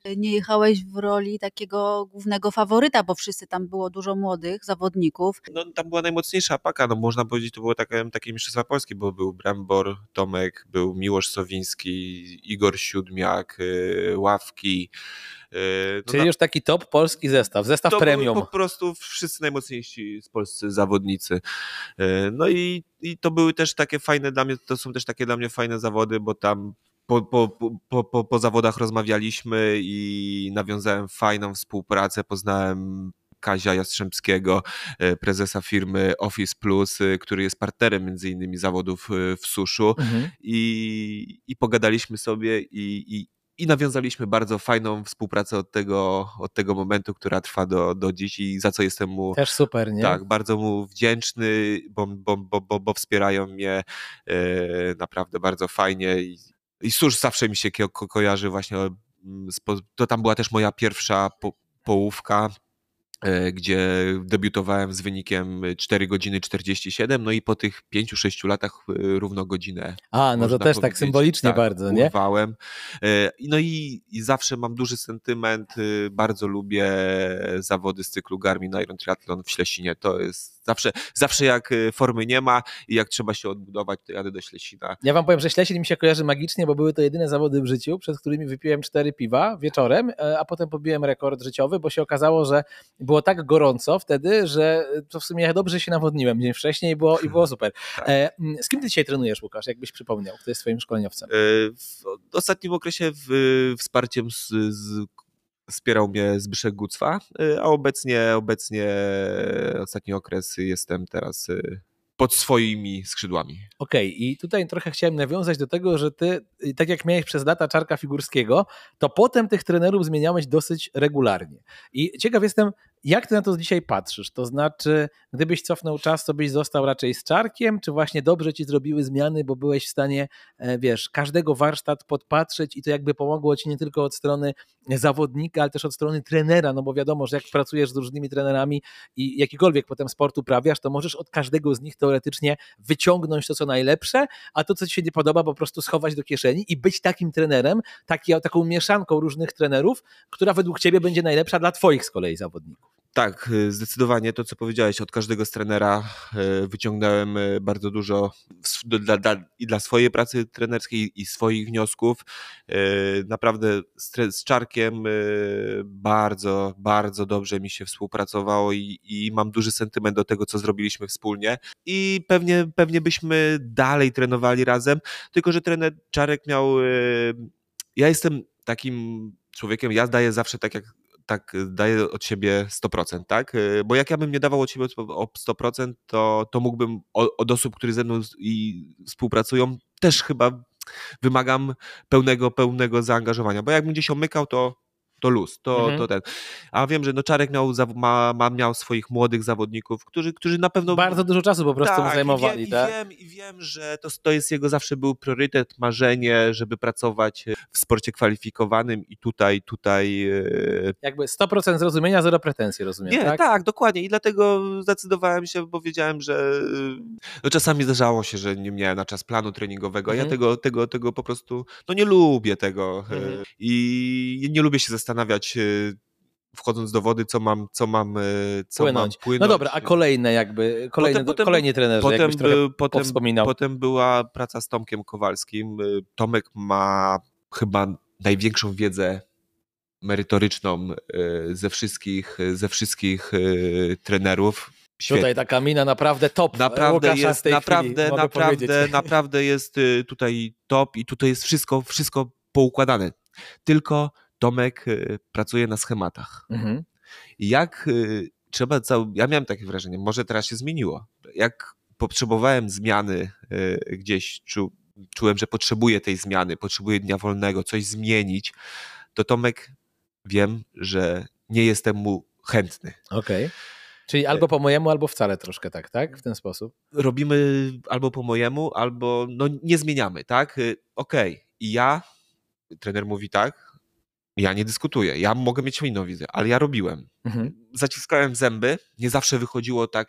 C: nie jechałeś w roli takiego głównego faworyta, bo wszyscy tam było dużo młodych zawodników.
D: No, tam była najmocniejsza paka, no można powiedzieć, to było takie mistrzostwa Polski, bo był Brambor, Tomek, był Miłosz Sowiński, Igor Siódmiak, Ławki.
B: Czyli już taki top polski zestaw
D: to
B: premium.
D: były po prostu wszyscy najmocniejsi polscy zawodnicy. No i to były też takie fajne dla mnie, to są też takie dla mnie fajne zawody, bo tam po zawodach rozmawialiśmy i nawiązałem fajną współpracę, poznałem Kazia Jastrzębskiego, prezesa firmy Office Plus, który jest partnerem między innymi zawodów w suszu i pogadaliśmy sobie i nawiązaliśmy bardzo fajną współpracę od tego momentu, która trwa do dziś i za co jestem mu
B: też super, nie?
D: Tak, bardzo mu wdzięczny, bo wspierają mnie naprawdę bardzo fajnie i susz zawsze mi się kojarzy właśnie, to tam była też moja pierwsza połówka, gdzie debiutowałem z wynikiem 4 godziny 47, no i po tych 5-6 latach równo godzinę.
B: No to też tak symbolicznie
D: tak,
B: bardzo, nie?
D: Urwałem. No i zawsze mam duży sentyment, bardzo lubię zawody z cyklu Garmin Iron Triathlon w Ślesinie. To jest zawsze jak formy nie ma i jak trzeba się odbudować, to jadę do Ślesina.
B: Ja wam powiem, że Ślesin mi się kojarzy magicznie, bo były to jedyne zawody w życiu, przed którymi wypiłem 4 piwa wieczorem, a potem pobiłem rekord życiowy, bo się okazało, że było tak gorąco wtedy, że to w sumie dobrze się nawodniłem dzień wcześniej i było super.
D: Tak.
B: Z kim ty dzisiaj trenujesz, Łukasz, jakbyś przypomniał, kto jest twoim szkoleniowcem?
D: W ostatnim okresie wsparciem wspierał mnie Zbyszek Gucwa, a obecnie ostatni okres jestem teraz pod swoimi skrzydłami.
B: Okej, i tutaj trochę chciałem nawiązać do tego, że ty, tak jak miałeś przez lata Czarka Figurskiego, to potem tych trenerów zmieniałeś dosyć regularnie. I ciekaw jestem, jak ty na to dzisiaj patrzysz? To znaczy, gdybyś cofnął czas, to byś został raczej z Czarkiem, czy właśnie dobrze ci zrobiły zmiany, bo byłeś w stanie, każdego warsztat podpatrzeć i to jakby pomogło ci nie tylko od strony zawodnika, ale też od strony trenera, no bo wiadomo, że jak pracujesz z różnymi trenerami i jakikolwiek potem sport uprawiasz, to możesz od każdego z nich teoretycznie wyciągnąć to, co najlepsze, a to, co ci się nie podoba, po prostu schować do kieszeni i być takim trenerem, taką mieszanką różnych trenerów, która według ciebie będzie najlepsza dla twoich z kolei zawodników.
D: Tak, zdecydowanie to, co powiedziałeś, od każdego z trenera wyciągnąłem bardzo dużo i dla swojej pracy trenerskiej i swoich wniosków. Naprawdę z Czarkiem bardzo, bardzo dobrze mi się współpracowało i mam duży sentyment do tego, co zrobiliśmy wspólnie i pewnie byśmy dalej trenowali razem, tylko że trener Czarek miał... Ja jestem takim człowiekiem, ja daję zawsze tak daję od siebie 100%, tak? Bo jak ja bym nie dawał od siebie o 100%, to mógłbym od osób, które ze mną współpracują, też chyba wymagam pełnego zaangażowania, bo jakbym gdzieś omykał, to luz, to ten. A wiem, że Czarek miał swoich młodych zawodników, którzy na pewno...
B: Bardzo dużo czasu po prostu mu zajmowali, tak?
D: I wiem, że to jest jego zawsze był priorytet, marzenie, żeby pracować w sporcie kwalifikowanym i tutaj...
B: Jakby 100% zrozumienia, 0 pretensji, rozumiem,
D: Nie,
B: tak?
D: tak, dokładnie i dlatego zdecydowałem się, bo wiedziałem, że czasami zdarzało się, że nie miałem na czas planu treningowego, a ja tego po prostu, nie lubię tego i nie lubię się zastanawiać, wchodząc do wody, co mam płynąć.
B: No dobra, a kolejni trenerzy, jakbyś trochę powspominał.
D: Potem była praca z Tomkiem Kowalskim. Tomek ma chyba największą wiedzę merytoryczną ze wszystkich trenerów. Świetnie.
B: Tutaj taka mina naprawdę top.
D: Naprawdę jest tutaj top i tutaj jest wszystko poukładane. Tylko Tomek pracuje na schematach. I jak ja miałem takie wrażenie, może teraz się zmieniło. Jak potrzebowałem zmiany gdzieś, czułem, że potrzebuję tej zmiany, potrzebuję dnia wolnego, coś zmienić, to Tomek wiem, że nie jestem mu chętny.
B: Okej. Czyli albo po mojemu, albo wcale troszkę tak? W ten sposób?
D: Robimy albo po mojemu, albo nie zmieniamy, tak? Okej. I trener mówi tak, ja nie dyskutuję, ja mogę mieć inną wizję, ale ja robiłem. Zaciskałem zęby, nie zawsze wychodziło tak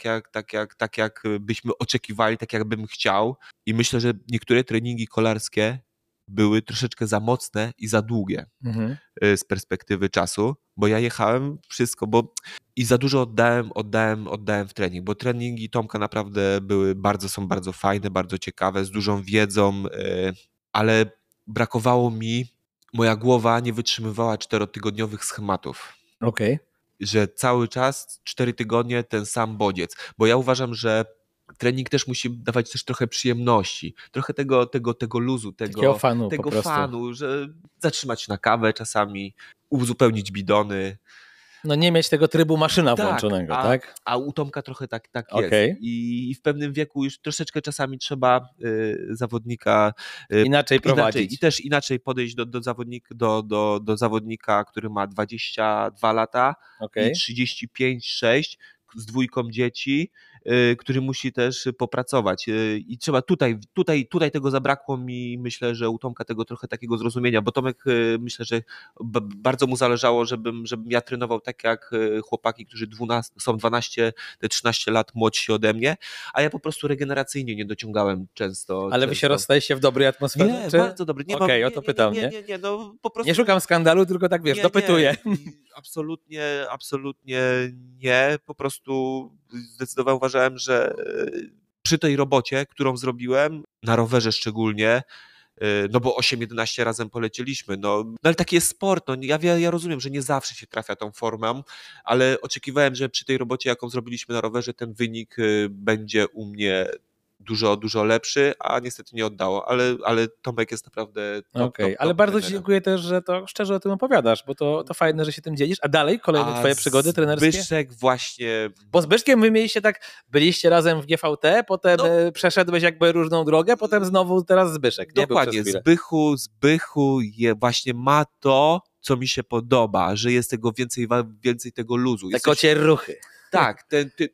D: jak byśmy oczekiwali, tak jak bym chciał i myślę, że niektóre treningi kolarskie były troszeczkę za mocne i za długie z perspektywy czasu, bo ja jechałem wszystko, i za dużo oddałem w trening, bo treningi Tomka naprawdę są bardzo fajne, bardzo ciekawe, z dużą wiedzą, ale brakowało mi, moja głowa nie wytrzymywała 4-tygodniowych schematów.
B: Okej.
D: Że cały czas 4 tygodnie ten sam bodziec, bo ja uważam, że trening też musi dawać też trochę przyjemności, trochę tego luzu,
B: Takiego fanu po
D: tego
B: prostu.
D: fanu, że zatrzymać się na kawę czasami, uzupełnić bidony.
B: No nie mieć tego trybu maszyna włączonego, tak?
D: A u Tomka trochę tak
B: Okej.
D: jest. I w pewnym wieku już troszeczkę czasami trzeba zawodnika
B: Inaczej prowadzić.
D: I też inaczej podejść do zawodnika, który ma 22 lata i 35-6 z 2 dzieci, który musi też popracować. I trzeba tutaj tego zabrakło mi, myślę, że u Tomka tego trochę takiego zrozumienia, bo Tomek, myślę, że bardzo mu zależało, żebym ja trenował tak jak chłopaki, którzy są 12-13 lat młodsi ode mnie, a ja po prostu regeneracyjnie nie dociągałem często.
B: Ale wy się rozstaliście w dobrej atmosferze?
D: Nie, bardzo dobry.
B: Okej, o to pytam, nie?
D: Nie, no po prostu...
B: Nie szukam skandalu, tylko tak wiesz, dopytuję.
D: Absolutnie nie. Po prostu zdecydowanie uważałem, że przy tej robocie, którą zrobiłem, na rowerze szczególnie, no bo 8-11 razem polecieliśmy, no ale taki jest sport, no ja rozumiem, że nie zawsze się trafia tą formą, ale oczekiwałem, że przy tej robocie, jaką zrobiliśmy na rowerze, ten wynik będzie u mnie dużo lepszy, a niestety nie oddało, ale Tomek jest naprawdę top,
B: ale bardzo Ci dziękuję też, że to szczerze o tym opowiadasz, bo to fajne, że się tym dzielisz. A dalej kolejne Twoje przygody trenerskie?
D: Zbyszek właśnie...
B: Bo z Zbyszkiem wy mieliście byliście razem w GVT, potem przeszedłeś jakby różną drogę, potem znowu teraz Zbyszek.
D: Dokładnie, Zbychu właśnie ma to, co mi się podoba, że jest tego więcej tego luzu.
B: Te kocie ruchy.
D: Tak,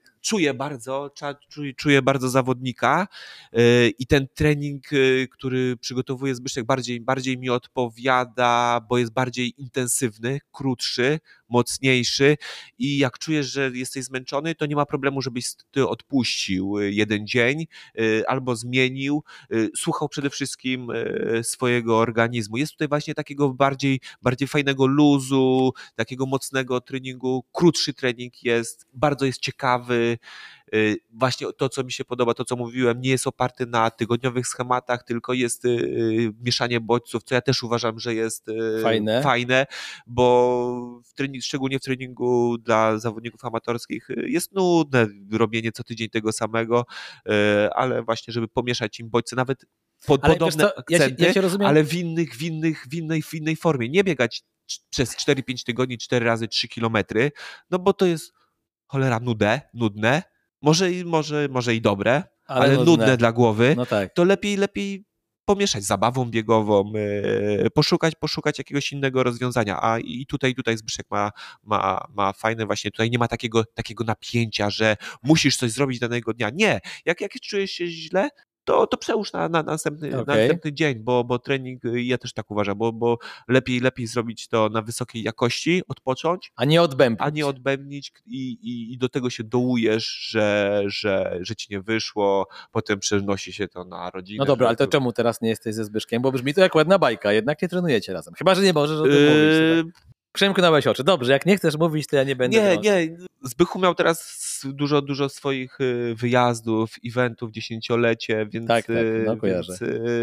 D: czuję bardzo zawodnika i ten trening, który przygotowuje Zbyszek, bardziej mi odpowiada, bo jest bardziej intensywny, krótszy, mocniejszy i jak czujesz, że jesteś zmęczony, to nie ma problemu, żebyś ty odpuścił jeden dzień albo zmienił, słuchał przede wszystkim swojego organizmu. Jest tutaj właśnie takiego bardziej fajnego luzu, takiego mocnego treningu, krótszy trening bardzo jest ciekawy. Właśnie to, co mi się podoba, to co mówiłem, nie jest oparty na tygodniowych schematach, tylko jest mieszanie bodźców, co ja też uważam, że jest fajne, bo szczególnie w treningu dla zawodników amatorskich jest nudne robienie co tydzień tego samego, ale właśnie, żeby pomieszać im bodźce, nawet podobne akcenty, ale w innej formie. Nie biegać przez 4-5 tygodni 4 razy 3 kilometry, no bo to jest cholera nudne, może i dobre, ale nudne dla głowy,
B: no tak.
D: To lepiej pomieszać z zabawą biegową, poszukać jakiegoś innego rozwiązania, i tutaj Zbyszek ma fajne właśnie, tutaj nie ma takiego napięcia, że musisz coś zrobić danego dnia. Nie, jak czujesz się źle, to przełóż na następny dzień, bo trening, ja też tak uważam, bo lepiej zrobić to na wysokiej jakości, odpocząć,
B: a nie odbębnić
D: i do tego się dołujesz, że ci nie wyszło, potem przenosi się to na rodzinę.
B: No dobra, ale to czemu teraz nie jesteś ze Zbyszkiem? Bo brzmi to jak ładna bajka, jednak nie trenujecie razem. Chyba, że nie możesz o tym mówić. Tak? Przemknąłeś oczy. Dobrze, jak nie chcesz mówić, to ja nie będę.
D: Nie. Zbychu miał teraz dużo swoich wyjazdów, eventów, 10-lecie, więc...
B: Tak, no kojarzę.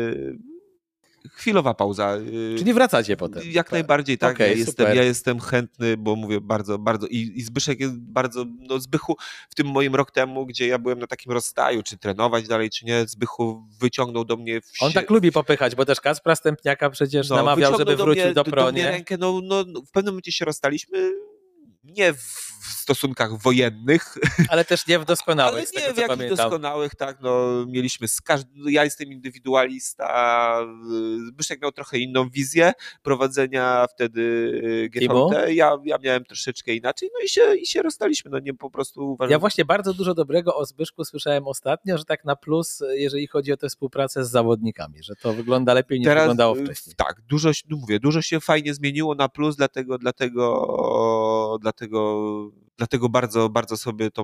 D: Chwilowa pauza.
B: Czyli wracacie potem.
D: Jak najbardziej, tak.
B: Okay,
D: ja jestem chętny, bo mówię bardzo i Zbyszek jest bardzo, Zbychu w tym moim rok temu, gdzie ja byłem na takim rozstaju, czy trenować dalej, czy nie, Zbychu wyciągnął do mnie...
B: On tak lubi popychać, bo też Kacpra Stępniaka przecież namawiał, żeby wrócił do pro, nie?
D: Rękę, w pewnym momencie się rozstaliśmy, nie w stosunkach wojennych.
B: Ale też nie w doskonałych,
D: ale
B: z
D: nie
B: tego,
D: w
B: co
D: jakich
B: pamiętam.
D: doskonałych, tak, mieliśmy ja jestem indywidualista, Zbyszek miał trochę inną wizję prowadzenia wtedy GVT, ja miałem troszeczkę inaczej, i się rozstaliśmy, nie po prostu uważam.
B: Ja właśnie bardzo dużo dobrego o Zbyszku słyszałem ostatnio, że tak na plus, jeżeli chodzi o tę współpracę z zawodnikami, że to wygląda lepiej niż wyglądało wcześniej.
D: Tak, dużo się fajnie zmieniło na plus, dlatego bardzo sobie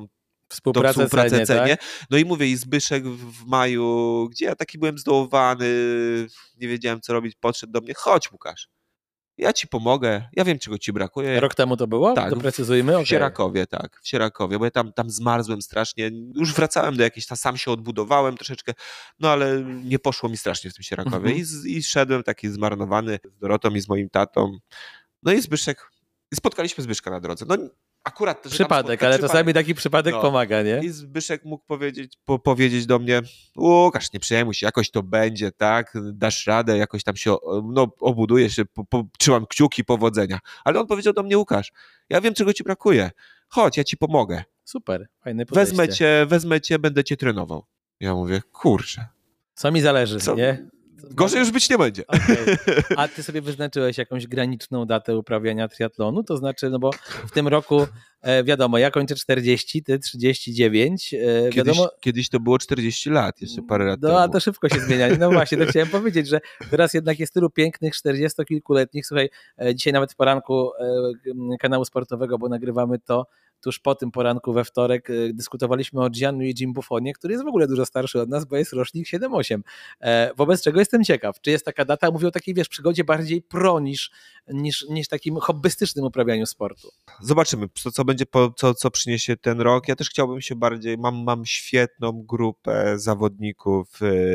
C: Współpracę
B: cenie, tak?
D: No i mówię, i Zbyszek w maju, gdzie ja taki byłem zdołowany, nie wiedziałem co robić, podszedł do mnie, chodź Łukasz, ja ci pomogę, ja wiem czego ci brakuje.
B: Rok temu to było?
D: Tak,
B: doprecyzujmy.
D: w Sierakowie, tak, w Sierakowie, bo ja tam zmarzłem strasznie, już wracałem do jakiejś, sam się odbudowałem troszeczkę, no ale nie poszło mi strasznie w tym Sierakowie i szedłem taki zmarnowany z Dorotą i z moim tatą, no i spotkaliśmy Zbyszka na drodze, no akurat...
B: Przypadek, ale czasami taki przypadek pomaga, nie?
D: I Zbyszek mógł powiedzieć do mnie, Łukasz, nie przejmuj się, jakoś to będzie, tak, dasz radę, jakoś tam się, obudujesz się, trzymam kciuki, powodzenia. Ale on powiedział do mnie, Łukasz, ja wiem czego ci brakuje, chodź, ja ci pomogę.
B: Super, fajne podejście.
D: Wezmę cię, będę cię trenował. Ja mówię, kurczę.
B: Co mi zależy, nie?
D: Gorzej już być nie będzie.
B: Okay. A ty sobie wyznaczyłeś jakąś graniczną datę uprawiania triatlonu? To znaczy, no bo w tym roku wiadomo, ja kończę 40, ty 39.
D: Kiedyś to było 40 lat, jeszcze parę lat temu.
B: No a to szybko się zmienia. No właśnie, to chciałem powiedzieć, że teraz jednak jest tylu pięknych 40-kilkuletnich. Słuchaj, dzisiaj nawet w poranku kanału sportowego, bo nagrywamy to tuż po tym poranku we wtorek, dyskutowaliśmy o Gianluigi Buffonie, który jest w ogóle dużo starszy od nas, bo jest rocznik 7-8. Wobec czego jestem ciekaw, czy jest taka data, mówię o takiej, przygodzie bardziej pro niż takim hobbystycznym uprawianiu sportu.
D: Zobaczymy, co będzie, co przyniesie ten rok. Ja też chciałbym się bardziej, mam świetną grupę zawodników.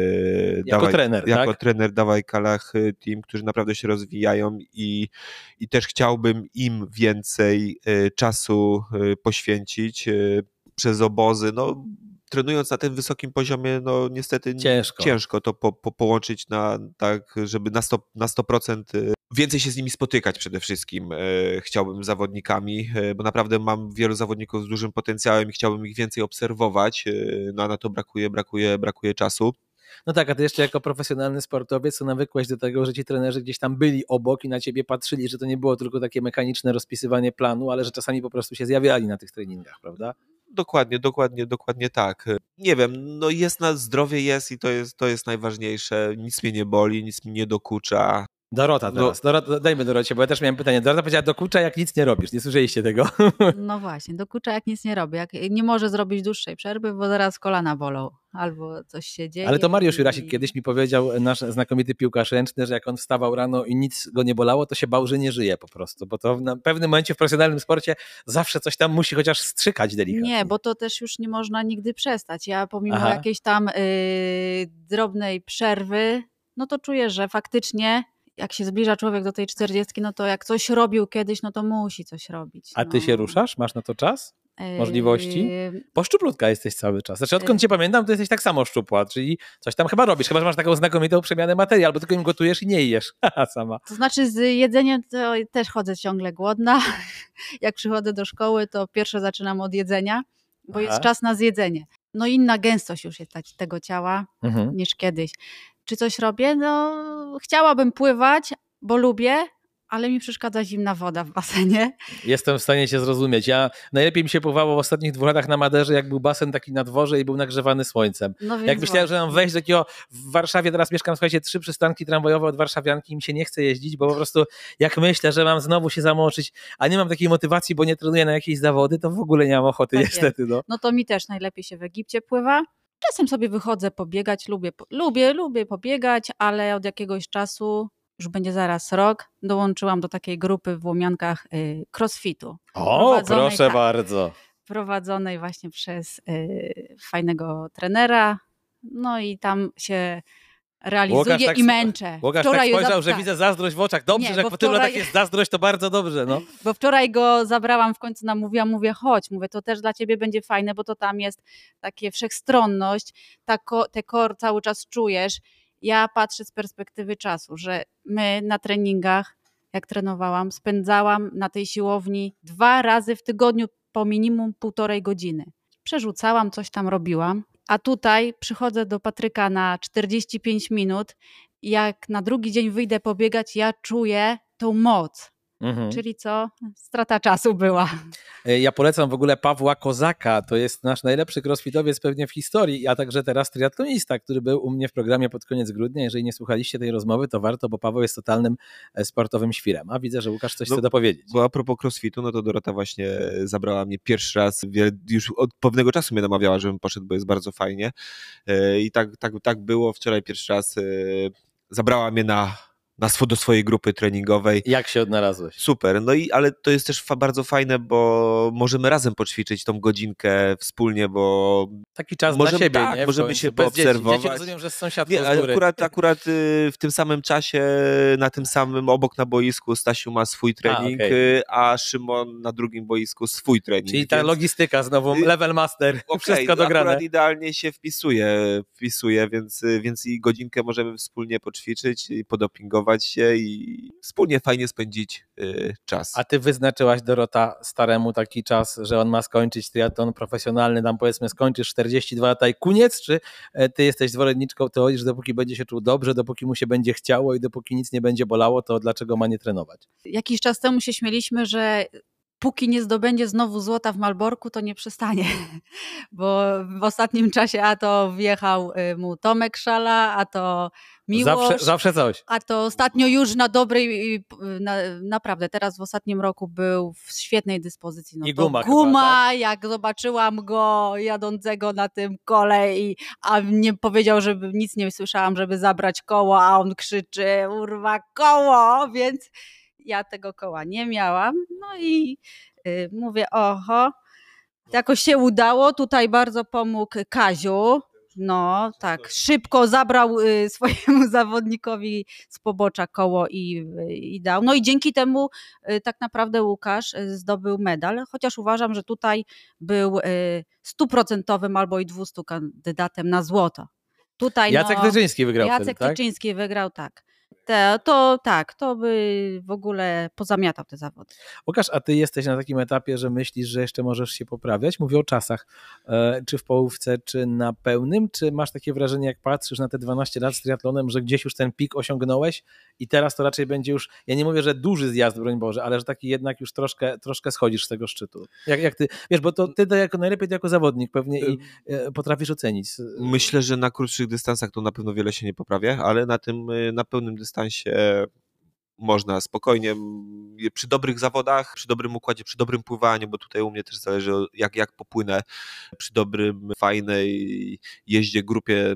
B: Jako
D: trener Dawaj Kalach Team, którzy naprawdę się rozwijają i też chciałbym im więcej czasu poświęcić przez obozy. No, trenując na tym wysokim poziomie, no niestety ciężko to połączyć tak, żeby na 100% więcej się z nimi spotykać przede wszystkim. Chciałbym z zawodnikami, bo naprawdę mam wielu zawodników z dużym potencjałem i chciałbym ich więcej obserwować, no a na to brakuje czasu.
B: No tak, a ty jeszcze jako profesjonalny sportowiec to nawykłeś do tego, że ci trenerzy gdzieś tam byli obok i na ciebie patrzyli, że to nie było tylko takie mechaniczne rozpisywanie planu, ale że czasami po prostu się zjawiali na tych treningach, prawda?
D: Dokładnie tak. Nie wiem, no zdrowie jest i to jest najważniejsze. Nic mnie nie boli, nic mi nie dokucza.
B: Dorota teraz. Dajmy Dorocie, bo ja też miałem pytanie. Dorota powiedziała, dokucza jak nic nie robisz. Nie słyszeliście tego?
C: No właśnie, dokucza jak nic nie robi. Jak nie może zrobić dłuższej przerwy, bo zaraz kolana bolą albo coś się dzieje.
B: Ale to Mariusz Jurasik kiedyś mi powiedział, nasz znakomity piłkarz ręczny, że jak on wstawał rano i nic go nie bolało, to się bał, że nie żyje po prostu, bo to na pewnym momencie w profesjonalnym sporcie zawsze coś tam musi chociaż strzykać delikatnie.
C: Nie, bo to też już nie można nigdy przestać. Ja pomimo jakiejś tam drobnej przerwy, no to czuję, że faktycznie jak się zbliża człowiek do tej 40, no to jak coś robił kiedyś, no to musi coś robić.
B: A ty się ruszasz? Masz na to czas? Możliwości? Bo szczuplutka jesteś cały czas. Znaczy odkąd cię pamiętam, to jesteś tak samo szczupła, czyli coś tam chyba robisz. Chyba, że masz taką znakomitą przemianę materii, albo tylko im gotujesz i nie jesz sama.
C: To znaczy z jedzeniem to też chodzę ciągle głodna. Jak przychodzę do szkoły, to pierwsze zaczynam od jedzenia, bo jest czas na zjedzenie. No inna gęstość już jest tego ciała niż kiedyś. Czy coś robię? No chciałabym pływać, bo lubię, ale mi przeszkadza zimna woda w basenie.
B: Jestem w stanie cię zrozumieć. Najlepiej mi się pływało w ostatnich 2 latach na Maderze, jak był basen taki na dworze i był nagrzewany słońcem. No jak myślałem, że mam wejść do takiego, w Warszawie teraz mieszkam, słuchajcie, 3 przystanki tramwajowe od warszawianki i mi się nie chce jeździć, bo po prostu jak myślę, że mam znowu się zamoczyć, a nie mam takiej motywacji, bo nie trenuję na jakieś zawody, to w ogóle nie mam ochoty tak niestety.
C: No to mi też najlepiej się w Egipcie pływa. Czasem sobie wychodzę pobiegać, lubię pobiegać, ale od jakiegoś czasu, już będzie zaraz rok, dołączyłam do takiej grupy w Łomiankach crossfitu.
B: O, proszę bardzo.
C: Prowadzonej właśnie przez fajnego trenera, no i tam się realizuję i męczę.
B: Łukasz tak spojrzał, że widzę zazdrość w oczach. Dobrze, że jak po tylu latach jest zazdrość, to bardzo dobrze. No.
C: Bo wczoraj go zabrałam, w końcu namówiłam, mówię chodź, to też dla ciebie będzie fajne, bo to tam jest takie wszechstronność, te core cały czas czujesz. Ja patrzę z perspektywy czasu, że my na treningach, jak trenowałam, spędzałam na tej siłowni 2 razy w tygodniu po minimum 1,5 godziny. Przerzucałam, coś tam robiłam. A tutaj przychodzę do Patryka na 45 minut i jak na drugi dzień wyjdę pobiegać, ja czuję tą moc. Czyli co? Strata czasu była.
B: Ja polecam w ogóle Pawła Kozaka, to jest nasz najlepszy crossfitowiec pewnie w historii, a także teraz triatlonista, który był u mnie w programie pod koniec grudnia. Jeżeli nie słuchaliście tej rozmowy, to warto, bo Paweł jest totalnym sportowym świrem. A widzę, że Łukasz coś chce dopowiedzieć.
D: Bo a propos crossfitu, no to Dorota właśnie zabrała mnie pierwszy raz, już od pewnego czasu mnie namawiała, żebym poszedł, bo jest bardzo fajnie. I tak było. Wczoraj pierwszy raz zabrała mnie do swojej grupy treningowej.
B: Jak się odnalazłeś?
D: Super, ale to jest też bardzo fajne, bo możemy razem poćwiczyć tą godzinkę wspólnie, bo
B: taki czas dla siebie,
D: tak,
B: nie?
D: możemy się poobserwować.
B: Dzieci rozumiem, że z sąsiadką z góry.
D: Akurat w tym samym czasie, na tym samym obok na boisku Stasiu ma swój trening, a Szymon na drugim boisku swój trening.
B: Czyli ta logistyka znowu, level master, wszystko dograne.
D: Akurat idealnie się wpisuje, więc i godzinkę możemy wspólnie poćwiczyć i podopingować się i wspólnie fajnie spędzić czas.
B: A ty wyznaczyłaś, Dorota, staremu taki czas, że on ma skończyć triatlon profesjonalny, tam powiedzmy skończysz 42 lata i koniec, czy ty jesteś zwolenniczką teorii, że dopóki będzie się czuł dobrze, dopóki mu się będzie chciało i dopóki nic nie będzie bolało, to dlaczego ma nie trenować?
C: Jakiś czas temu się śmieliśmy, że póki nie zdobędzie znowu złota w Malborku, to nie przestanie, bo w ostatnim czasie a to wjechał mu Tomek Szala, a to Miłosz.
B: Zawsze coś.
C: A to ostatnio już na dobrej, naprawdę teraz w ostatnim roku był w świetnej dyspozycji. No
B: i
C: to
B: guma
C: chyba,
B: tak?
C: Jak zobaczyłam go jadącego na tym kole, a nie powiedział, żeby nic nie słyszałam, żeby zabrać koło, a on krzyczy, urwa koło, więc ja tego koła nie miałam. No i mówię, oho, jakoś się udało, tutaj bardzo pomógł Kaziu. No tak, szybko zabrał swojemu zawodnikowi z pobocza koło i dał. No i dzięki temu tak naprawdę Łukasz zdobył medal, chociaż uważam, że tutaj był 100% albo i 200 kandydatem na złoto. Tutaj
B: Jacek Tyczyński wygrał
C: Jacek
B: wtedy, tak?
C: Tyczyński wygrał, tak. To by w ogóle pozamiatał te zawody.
B: Łukasz, a ty jesteś na takim etapie, że myślisz, że jeszcze możesz się poprawiać? Mówię o czasach. Czy w połówce, czy na pełnym? Czy masz takie wrażenie, jak patrzysz na te 12 lat z triatlonem, że gdzieś już ten pik osiągnąłeś i teraz to raczej będzie już, ja nie mówię, że duży zjazd, broń Boże, ale że taki jednak już troszkę schodzisz z tego szczytu. Jak ty, wiesz, bo to ty najlepiej jako zawodnik pewnie i potrafisz ocenić.
D: Myślę, że na krótszych dystansach to na pewno wiele się nie poprawia, ale na pełnym dystansie można spokojnie, przy dobrych zawodach, przy dobrym układzie, przy dobrym pływaniu, bo tutaj u mnie też zależy jak popłynę, przy dobrym, fajnej jeździe, grupie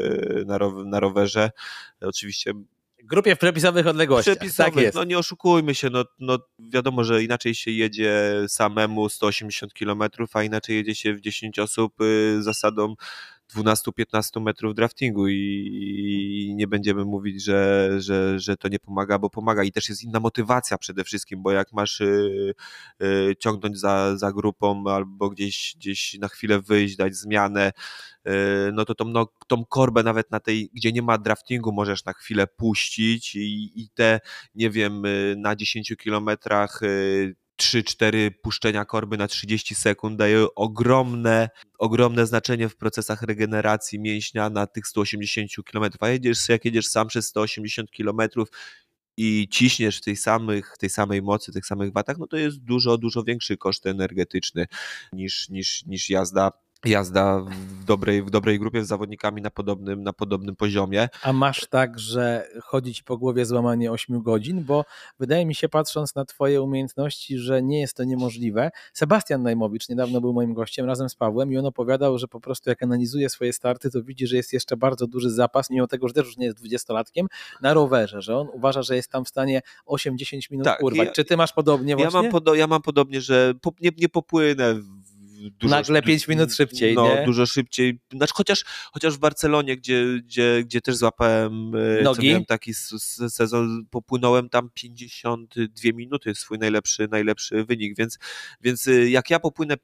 D: na rowerze. Oczywiście
B: grupie w przepisowych odległościach. Tak jest.
D: No nie oszukujmy się, no wiadomo, że inaczej się jedzie samemu 180 km, a inaczej jedzie się w 10 osób zasadą 12-15 metrów draftingu i nie będziemy mówić, że to nie pomaga, bo pomaga i też jest inna motywacja przede wszystkim, bo jak masz ciągnąć za grupą albo gdzieś na chwilę wyjść, dać zmianę, no to tą korbę nawet na tej, gdzie nie ma draftingu, możesz na chwilę puścić i te, nie wiem, na 10 kilometrach 3-4 puszczenia korby na 30 sekund dają ogromne znaczenie w procesach regeneracji mięśnia na tych 180 km, a jak jedziesz sam przez 180 km i ciśniesz w tej samej mocy, tych samych watach, no to jest dużo większy koszt energetyczny niż jazda w dobrej grupie z zawodnikami na podobnym poziomie.
B: A masz tak, że chodzi ci po głowie złamanie 8 godzin? Bo wydaje mi się, patrząc na twoje umiejętności, że nie jest to niemożliwe. Sebastian Najmowicz niedawno był moim gościem razem z Pawłem i on opowiadał, że po prostu jak analizuje swoje starty, to widzi, że jest jeszcze bardzo duży zapas, mimo tego, że też już nie jest 20-latkiem, na rowerze, że on uważa, że jest tam w stanie 8-10 minut urwać. Czy ty masz podobnie właśnie?
D: Ja mam podobnie, że nie popłynę
B: nagle 5 minut szybciej,
D: no,
B: nie?
D: Dużo szybciej. Znaczy, chociaż w Barcelonie, gdzie też złapałem
B: nogi,
D: miałem taki sezon, popłynąłem tam 52 minuty, swój najlepszy wynik, więc jak ja popłynę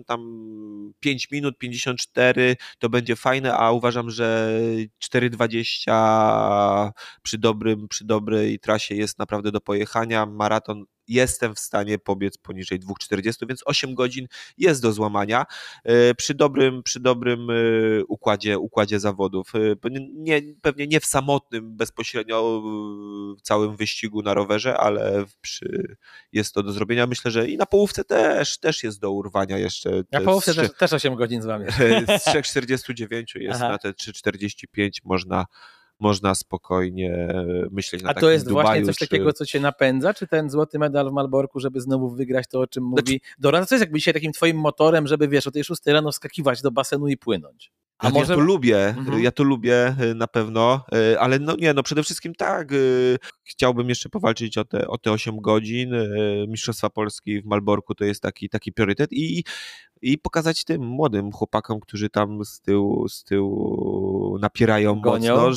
D: 55 minut, 54, to będzie fajne, a uważam, że 4,20 przy dobrej trasie jest naprawdę do pojechania. Maraton jestem w stanie pobiec poniżej 2,40, więc 8 godzin jest do złamania przy dobrym układzie zawodów. Pewnie nie w samotnym, bezpośrednio w całym wyścigu na rowerze, ale jest to do zrobienia. Myślę, że i na połówce też jest do urwania jeszcze.
B: Na połówce też 8 godzin złamiesz.
D: Z 3,49 jest na te 3,45 można spokojnie myśleć na takim
B: to jest
D: Dubaju,
B: właśnie coś takiego, co cię napędza, czy ten złoty medal w Malborku, żeby znowu wygrać to, o czym mówi Dora? Co jest jakby dzisiaj takim twoim motorem, żeby o tej 6 rano wskakiwać do basenu i płynąć?
D: Ja to lubię na pewno, ale przede wszystkim tak, chciałbym jeszcze powalczyć o te 8 godzin, Mistrzostwa Polski w Malborku to jest taki priorytet i pokazać tym młodym chłopakom, którzy tam z tyłu napierają
B: Gonią.
D: mocno,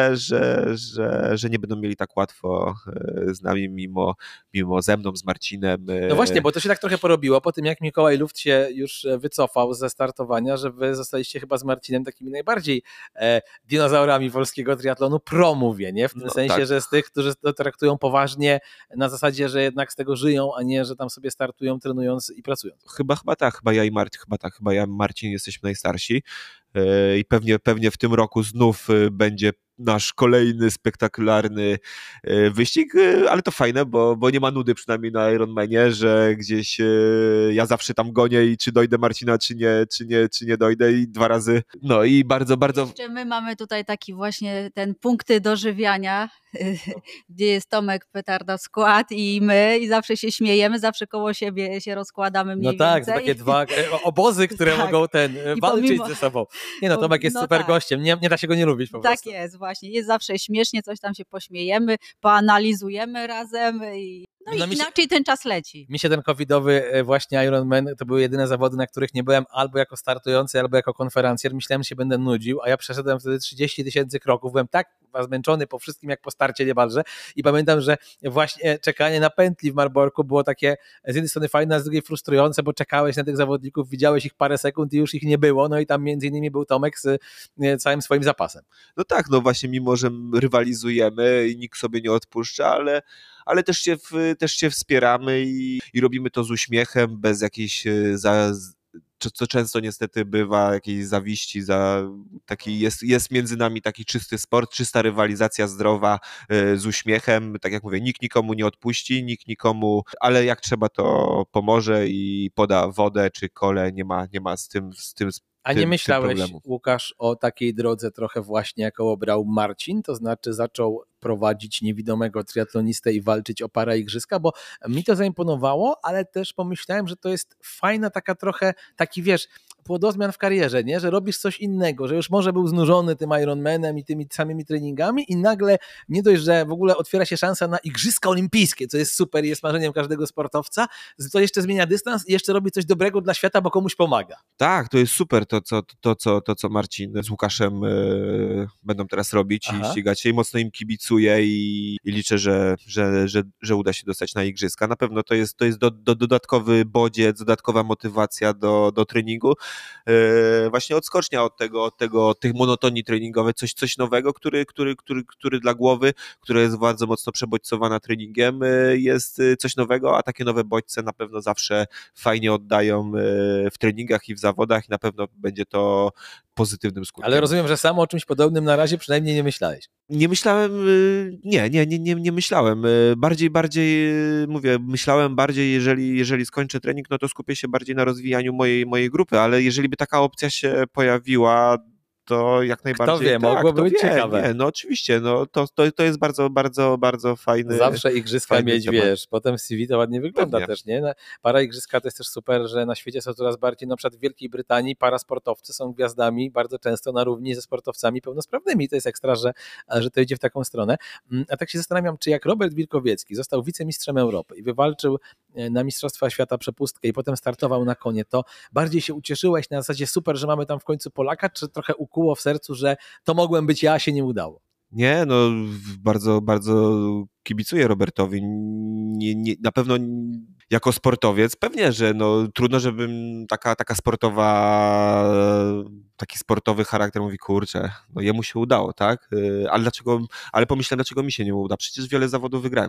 D: że nie będą mieli tak łatwo z nami, mimo ze mną, z Marcinem.
B: No właśnie, bo to się tak trochę porobiło po tym, jak Mikołaj Luft się już wycofał ze startowania, że wy zostaliście chyba z Marcinem takimi najbardziej dinozaurami polskiego triatlonu, mówię, nie? W tym sensie, tak, że z tych, którzy to traktują poważnie na zasadzie, że jednak z tego żyją, a nie, że tam sobie startują, trenując i pracując.
D: Chyba ja i Marcin jesteśmy najstarsi i pewnie w tym roku znów będzie nasz kolejny spektakularny wyścig, ale to fajne, bo nie ma nudy przynajmniej na Ironmanie, że gdzieś ja zawsze tam gonię i czy dojdę Marcina, czy nie dojdę i 2 razy, no i bardzo...
C: Jeszcze my mamy tutaj taki właśnie ten punkty dożywiania, gdzie jest Tomek, Petarda, skład i my i zawsze się śmiejemy, zawsze koło siebie się rozkładamy mniej więcej.
B: No tak, takie 2 obozy, które
C: tak.
B: mogą walczyć ze sobą. Nie no, Tomek jest super gościem, nie da się go nie lubić po prostu.
C: Tak jest właśnie, jest zawsze śmiesznie, coś tam się pośmiejemy, poanalizujemy razem i inaczej ten czas leci.
B: Mi się ten covidowy właśnie Ironman, to były jedyne zawody, na których nie byłem albo jako startujący, albo jako konferencjer. Myślałem, że się będę nudził, a ja przeszedłem wtedy 30 000 kroków. Byłem tak zmęczony po wszystkim, jak po starcie niemalże. I pamiętam, że właśnie czekanie na pętli w Malborku było takie z jednej strony fajne, a z drugiej frustrujące, bo czekałeś na tych zawodników, widziałeś ich parę sekund i już ich nie było. No i tam między innymi był Tomek z całym swoim zapasem.
D: No tak, no właśnie mimo, że rywalizujemy i nikt sobie nie odpuszcza, ale też się wspieramy i robimy to z uśmiechem, bez jakiejś co często niestety bywa, jakiejś zawiści, jest między nami taki czysty sport, czysta rywalizacja zdrowa z uśmiechem, tak jak mówię, nikt nikomu nie odpuści, nikt nikomu, ale jak trzeba to pomoże i poda wodę czy kole, nie ma z tym
B: A nie myślałeś, Łukasz, o takiej drodze trochę właśnie, jaką obrał Marcin, to znaczy zaczął prowadzić niewidomego triatlonistę i walczyć o paraigrzyska, bo mi to zaimponowało, ale też pomyślałem, że to jest fajna taka trochę, taki płodozmian w karierze, nie? Że robisz coś innego, że już może był znużony tym Ironmanem i tymi samymi treningami i nagle nie dość, że w ogóle otwiera się szansa na Igrzyska Olimpijskie, co jest super i jest marzeniem każdego sportowca, to jeszcze zmienia dystans i jeszcze robi coś dobrego dla świata, bo komuś pomaga.
D: Tak, to jest super to co Marcin z Łukaszem będą teraz robić i ścigać się i mocno im kibicuję i liczę, że uda się dostać na Igrzyska. Na pewno to jest dodatkowy bodziec, dodatkowa motywacja do treningu. Właśnie odskocznia od tych monotonii treningowej, coś nowego, który dla głowy, która jest bardzo mocno przebodźcowana treningiem, jest coś nowego, a takie nowe bodźce na pewno zawsze fajnie oddają w treningach i w zawodach i na pewno będzie to pozytywnym skutkiem.
B: Ale rozumiem, że sam o czymś podobnym na razie przynajmniej nie myślałeś.
D: Nie myślałem, nie myślałem. Bardziej mówię, myślałem bardziej, jeżeli skończę trening, no to skupię się bardziej na rozwijaniu mojej grupy, ale jeżeli by taka opcja się pojawiła, to jak najbardziej...
B: Kto wie, mogłoby być ciekawe.
D: Nie, no oczywiście, no to jest bardzo, bardzo, bardzo fajny...
B: Zawsze igrzyska mieć,
D: temat.
B: Wiesz, potem w CV to ładnie wygląda. Pewnie. Też, nie? Paraigrzyska to jest też super, że na świecie są coraz bardziej, na przykład w Wielkiej Brytanii parasportowcy są gwiazdami bardzo często na równi ze sportowcami pełnosprawnymi. To jest ekstra, że to idzie w taką stronę. A tak się zastanawiam, czy jak Robert Wilkowiecki został wicemistrzem Europy i wywalczył na Mistrzostwa Świata przepustkę i potem startował na konie, to bardziej się ucieszyłeś na zasadzie super, że mamy tam w końcu Polaka, czy trochę ukuło w sercu, że to mogłem być ja, a się nie udało?
D: Nie, no bardzo, bardzo kibicuję Robertowi. Na pewno jako sportowiec pewnie, że no, trudno, żebym taka sportowa taki sportowy charakter, mówi, kurczę, no jemu się udało, tak? Ale pomyślałem, dlaczego mi się nie uda? Przecież wiele zawodów wygrałem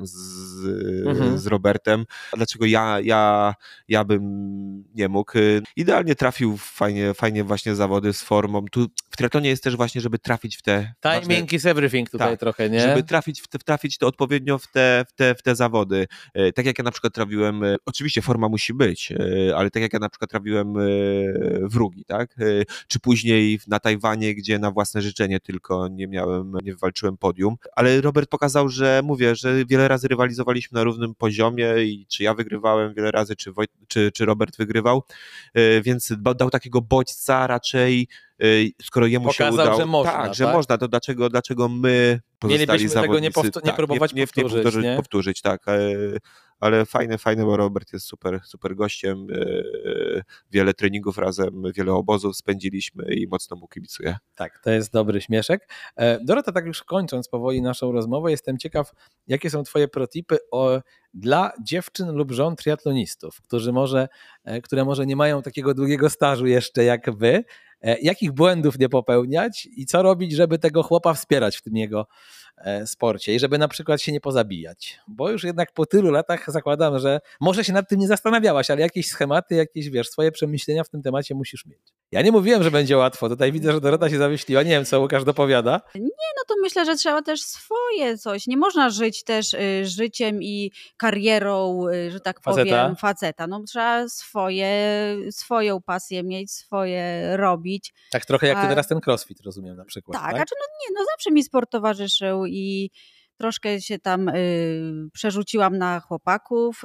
D: z Robertem, a dlaczego ja bym nie mógł? Idealnie trafił fajnie właśnie zawody z formą. Tu w triatlonie jest też właśnie, żeby trafić w te...
B: Timing is everything tutaj trochę, nie?
D: Żeby trafić to odpowiednio w te zawody. Tak jak ja na przykład trafiłem, oczywiście forma musi być, ale tak jak ja na przykład trafiłem w Rugi, tak? Czy później na Tajwanie, gdzie na własne życzenie tylko nie walczyłem podium. Ale Robert pokazał, że wiele razy rywalizowaliśmy na równym poziomie i czy ja wygrywałem wiele razy, czy Robert wygrywał, więc dał takiego bodźca raczej, skoro jemu
B: pokazał,
D: się udało.
B: Że można,
D: tak, że można, to dlaczego my pozostali zawodnicy
B: tego nie próbować
D: powtórzyć, tak. Ale fajne, bo Robert jest super gościem, wiele treningów razem, wiele obozów spędziliśmy i mocno mu kibicuję.
B: Tak, to jest dobry śmieszek. Dorota, tak już kończąc powoli naszą rozmowę, jestem ciekaw, jakie są twoje protipy dla dziewczyn lub żon triatlonistów, które może nie mają takiego długiego stażu jeszcze jak wy, jakich błędów nie popełniać i co robić, żeby tego chłopa wspierać w tym jego sporcie i żeby na przykład się nie pozabijać. Bo już jednak po tylu latach zakładam, że może się nad tym nie zastanawiałaś, ale jakieś schematy, jakieś swoje przemyślenia w tym temacie musisz mieć. Ja nie mówiłem, że będzie łatwo. Tutaj widzę, że Dorota się zamyśliła. Nie wiem, co Łukasz dopowiada.
C: No to myślę, że trzeba też swoje coś. Nie można żyć też życiem i karierą, że tak powiem, faceta. No trzeba swoją pasję mieć, swoje robić.
B: Tak trochę jak ty teraz ten crossfit, rozumiem na przykład.
C: Tak? Znaczy zawsze mi sport towarzyszył i troszkę się tam przerzuciłam na chłopaków,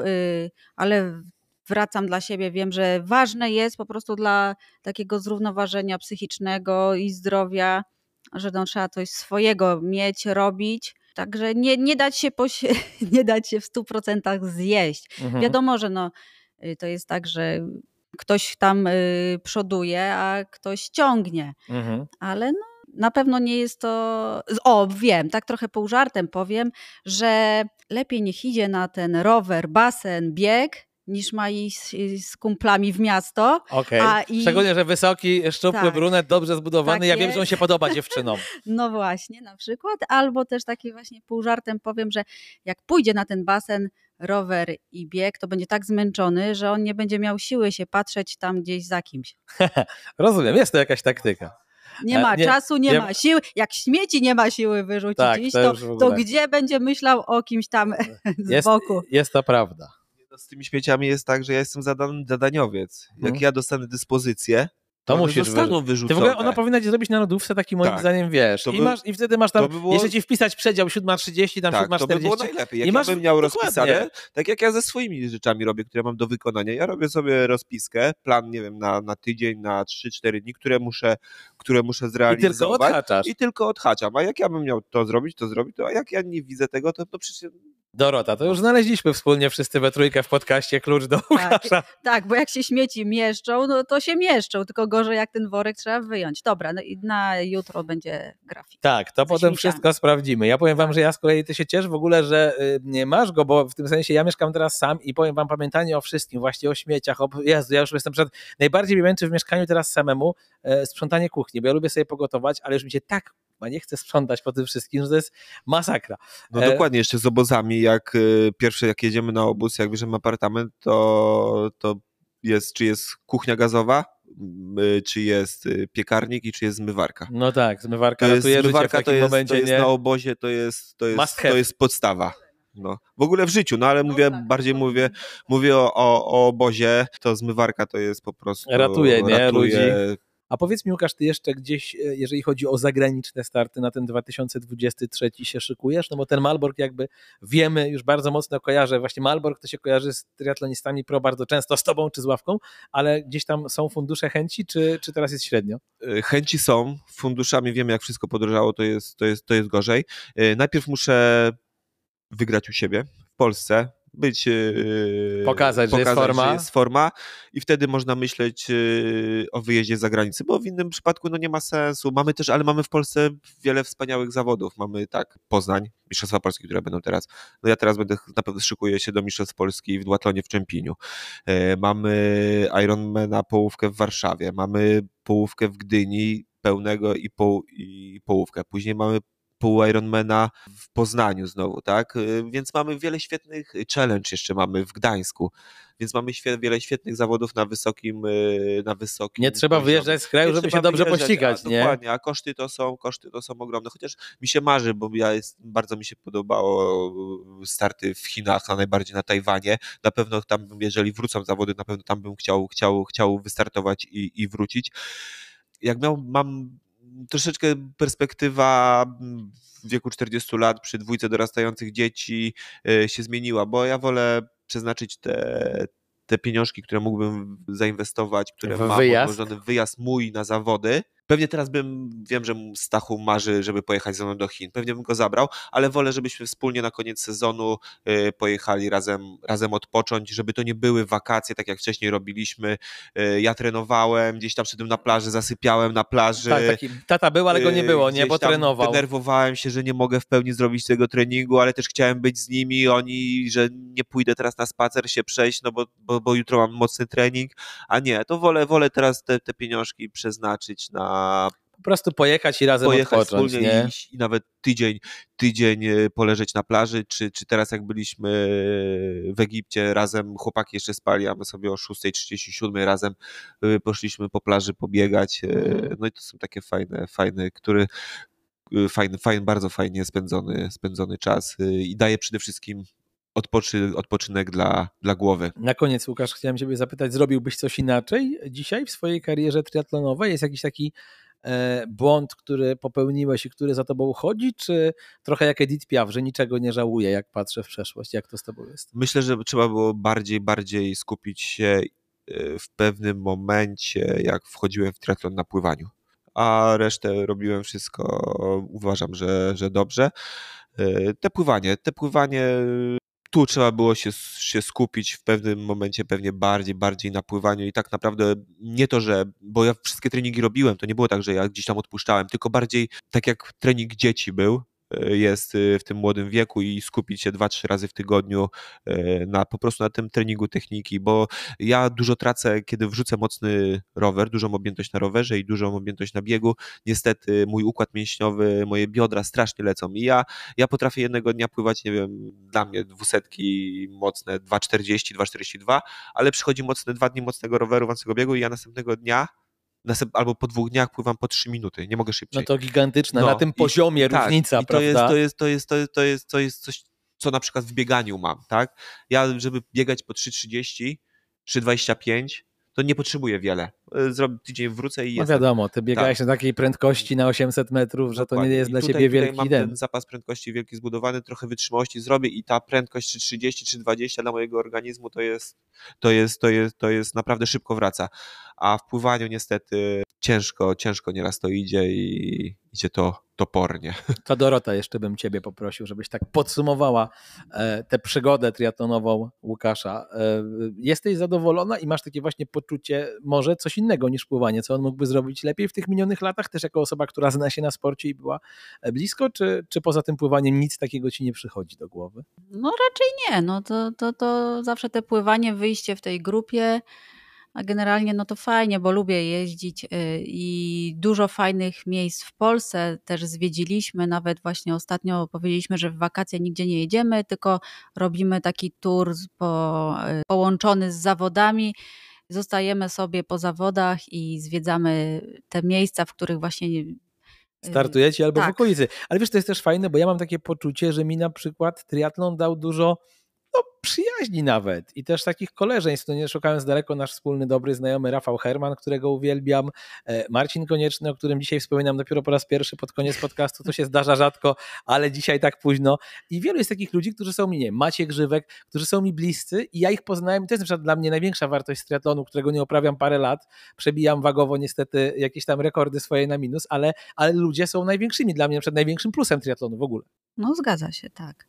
C: ale wracam dla siebie, wiem, że ważne jest po prostu dla takiego zrównoważenia psychicznego i zdrowia, że trzeba coś swojego mieć, robić. Także nie dać się nie dać się w 100% zjeść. Wiadomo, że to jest tak, że ktoś tam przoduje, a ktoś ciągnie. Ale na pewno nie jest to... wiem, tak trochę pół żartem powiem, że lepiej niech idzie na ten rower, basen, bieg, niż ma iść z kumplami w miasto.
B: Szczególnie, że wysoki, szczupły brunet, dobrze zbudowany. Ja wiem, że on się podoba dziewczynom.
C: No właśnie, na przykład. Albo też taki właśnie pół żartem powiem, że jak pójdzie na ten basen, rower i bieg, to będzie tak zmęczony, że on nie będzie miał siły się patrzeć tam gdzieś za kimś.
B: Rozumiem, jest to jakaś taktyka.
C: Nie ma czasu, nie ma siły. Jak śmieci nie ma siły wyrzucić, to gdzie będzie myślał o kimś tam z boku?
B: Jest to prawda.
D: Z tymi śmieciami jest tak, że ja jestem zadaniowiec. Jak ja dostanę dyspozycję,
B: to musisz
D: zostaną wyrzucone.
B: Ty w ogóle ona powinna ci zrobić na lodówce taki moim zdaniem, wiesz. I wtedy masz tam, jeszcze ci wpisać przedział 7:30, tam 7:40.
D: To by było najlepiej. Jak ja bym miał rozpisane, tak jak ja ze swoimi rzeczami robię, które mam do wykonania. Ja robię sobie rozpiskę, plan, nie wiem, na tydzień, na 3-4 dni, które muszę zrealizować. I tylko odhaczam. A jak ja bym miał to zrobić, a jak ja nie widzę tego, to przecież...
B: Dorota, to już znaleźliśmy wspólnie wszyscy we trójkę w podcaście klucz do Łukasza.
C: Tak, bo jak się śmieci mieszczą, to się mieszczą, tylko gorzej jak ten worek trzeba wyjąć. Dobra, na jutro będzie grafik.
B: Tak, to potem wszystko sprawdzimy. Ja powiem wam, że ja z kolei ty się ciesz w ogóle, że nie masz go, bo w tym sensie ja mieszkam teraz sam i powiem wam pamiętanie o wszystkim, właśnie o śmieciach, Jezu, ja już jestem najbardziej mnie męczy w mieszkaniu teraz samemu sprzątanie kuchni, bo ja lubię sobie pogotować, ale już mi się tak nie chcę sprzątać po tym wszystkim, że to jest masakra.
D: No dokładnie, jeszcze z obozami, jak jedziemy na obóz, jak bierzemy apartament, to czy jest kuchnia gazowa, czy jest piekarnik i czy jest zmywarka.
B: No tak, zmywarka ratuje życie w takim momencie.
D: To jest na obozie, to jest podstawa. No. W ogóle w życiu, ale bardziej mówię o obozie, to zmywarka to jest po prostu...
B: Ratuje ludzi. A powiedz mi, Łukasz, ty jeszcze gdzieś, jeżeli chodzi o zagraniczne starty na ten 2023 się szykujesz? No bo ten Malbork jakby wiemy, już bardzo mocno kojarzę, właśnie Malbork to się kojarzy z triatlonistami pro bardzo często, z tobą czy z Ławką, ale gdzieś tam są fundusze chęci, czy teraz jest średnio?
D: Chęci są, funduszami wiemy jak wszystko podrożało, to jest gorzej. Najpierw muszę wygrać u siebie w Polsce,
A: Pokazać, że jest forma.
D: I wtedy można myśleć o wyjeździe za granicę, bo w innym przypadku nie ma sensu. Mamy w Polsce wiele wspaniałych zawodów. Mamy Poznań, Mistrzostwa Polski, które będą teraz. Ja teraz na pewno szykuję się do Mistrzostw Polski w duatlonie w Czempinie. Mamy Ironmana połówkę w Warszawie, mamy połówkę w Gdyni, pełnego i połówkę. Później mamy pół Ironmana w Poznaniu znowu, tak? Więc mamy wiele świetnych, challenge jeszcze mamy w Gdańsku, więc mamy wiele świetnych zawodów na wysokim
A: Nie trzeba poziomie. Wyjeżdżać z kraju, żeby się dobrze pościgać, nie?
D: Dokładnie, a koszty to są ogromne, chociaż mi się marzy, bo bardzo mi się podobało starty w Chinach, a najbardziej na Tajwanie. Na pewno tam, jeżeli wrócą zawody, na pewno tam bym chciał wystartować i wrócić. Mam troszeczkę perspektywa w wieku 40 lat przy dwójce dorastających dzieci się zmieniła, bo ja wolę przeznaczyć te pieniążki, które mógłbym zainwestować, które mam odłożony wyjazd mój na zawody. Pewnie teraz wiem, że Stachu marzy, żeby pojechać ze mną do Chin. Pewnie bym go zabrał, ale wolę, żebyśmy wspólnie na koniec sezonu pojechali razem odpocząć, żeby to nie były wakacje, tak jak wcześniej robiliśmy. Ja trenowałem, gdzieś tam szedłem na plaży, zasypiałem na plaży.
A: Tak, taki tata był, ale go nie było, nie, bo trenował.
D: Denerwowałem się, że nie mogę w pełni zrobić tego treningu, ale też chciałem być z nimi, że nie pójdę teraz na spacer się przejść, bo jutro mam mocny trening, a nie, to wolę teraz te pieniążki przeznaczyć na
A: po prostu pojechać i razem odpocząć, nie?
D: I nawet tydzień poleżeć na plaży, czy teraz jak byliśmy w Egipcie razem, chłopaki jeszcze spali, a my sobie o 6:37 razem poszliśmy po plaży pobiegać, no i to są takie bardzo fajnie spędzony czas i daje przede wszystkim odpoczynek dla głowy.
A: Na koniec, Łukasz, chciałem ciebie zapytać, zrobiłbyś coś inaczej dzisiaj w swojej karierze triatlonowej? Jest jakiś taki błąd, który popełniłeś i który za tobą chodzi, czy trochę jak Edith Piaf, że niczego nie żałuję, jak patrzę w przeszłość? Jak to z tobą jest?
D: Myślę, że trzeba było bardziej skupić się w pewnym momencie, jak wchodziłem w triatlon na pływaniu, a resztę robiłem wszystko, uważam, że dobrze. Te pływanie tu trzeba było się skupić w pewnym momencie pewnie bardziej na pływaniu i tak naprawdę nie to, bo ja wszystkie treningi robiłem, to nie było tak, że ja gdzieś tam odpuszczałem, tylko bardziej tak jak trening dzieci jest w tym młodym wieku i skupić się 2-3 razy w tygodniu po prostu na tym treningu techniki, bo ja dużo tracę, kiedy wrzucę mocny rower, dużą objętość na rowerze i dużą objętość na biegu. Niestety mój układ mięśniowy, moje biodra strasznie lecą i ja potrafię jednego dnia pływać, nie wiem, dla mnie 200 mocne 2,40, 2,42, ale przychodzi 2 dni mocnego roweru, mocnego biegu i ja następnego dnia albo po 2 dniach pływam po 3 minuty, nie mogę szybciej.
A: No to gigantyczne, na tym poziomie różnica, prawda?
D: To jest coś, co na przykład w bieganiu mam, tak? Ja, żeby biegać po 3,30, 3,25, to nie potrzebuję wiele. Zrobię tydzień, wrócę i jestem.
A: No wiadomo, ty biegałeś na takiej prędkości na 800 metrów, że to nie jest dla ciebie wielki
D: mam ten zapas prędkości wielki zbudowany, trochę wytrzymałości zrobię i ta prędkość 3,30, 3,20 dla mojego organizmu to jest naprawdę szybko wraca. A w pływaniu niestety ciężko nieraz to idzie i idzie to topornie.
A: To Dorota, jeszcze bym ciebie poprosił, żebyś tak podsumowała tę przygodę triatlonową Łukasza. Jesteś zadowolona i masz takie właśnie poczucie może coś innego niż pływanie, co on mógłby zrobić lepiej w tych minionych latach, też jako osoba, która zna się na sporcie i była blisko, czy poza tym pływaniem nic takiego ci nie przychodzi do głowy?
C: No raczej nie, no to zawsze te pływanie, wyjście w tej grupie, a generalnie no to fajnie, bo lubię jeździć i dużo fajnych miejsc w Polsce też zwiedziliśmy, nawet właśnie ostatnio powiedzieliśmy, że w wakacje nigdzie nie jedziemy, tylko robimy taki tour połączony z zawodami, zostajemy sobie po zawodach i zwiedzamy te miejsca, w których właśnie
A: startujecie albo w okolicy. Ale wiesz, to jest też fajne, bo ja mam takie poczucie, że mi na przykład triatlon dał dużo przyjaźni nawet i też takich koleżeństw, to nie szukając daleko, nasz wspólny dobry znajomy Rafał Herman, którego uwielbiam, Marcin Konieczny, o którym dzisiaj wspominam dopiero po raz pierwszy pod koniec podcastu, to się zdarza rzadko, ale dzisiaj tak późno i wielu jest takich ludzi, którzy są mi, nie wiem, Maciek Grzywek, którzy są mi bliscy i ja ich poznałem i to jest na przykład dla mnie największa wartość z triatlonu, którego nie uprawiam parę lat, przebijam wagowo niestety jakieś tam rekordy swoje na minus, ale ludzie są największymi dla mnie, na przykład największym plusem triatlonu w ogóle.
C: No zgadza się, tak.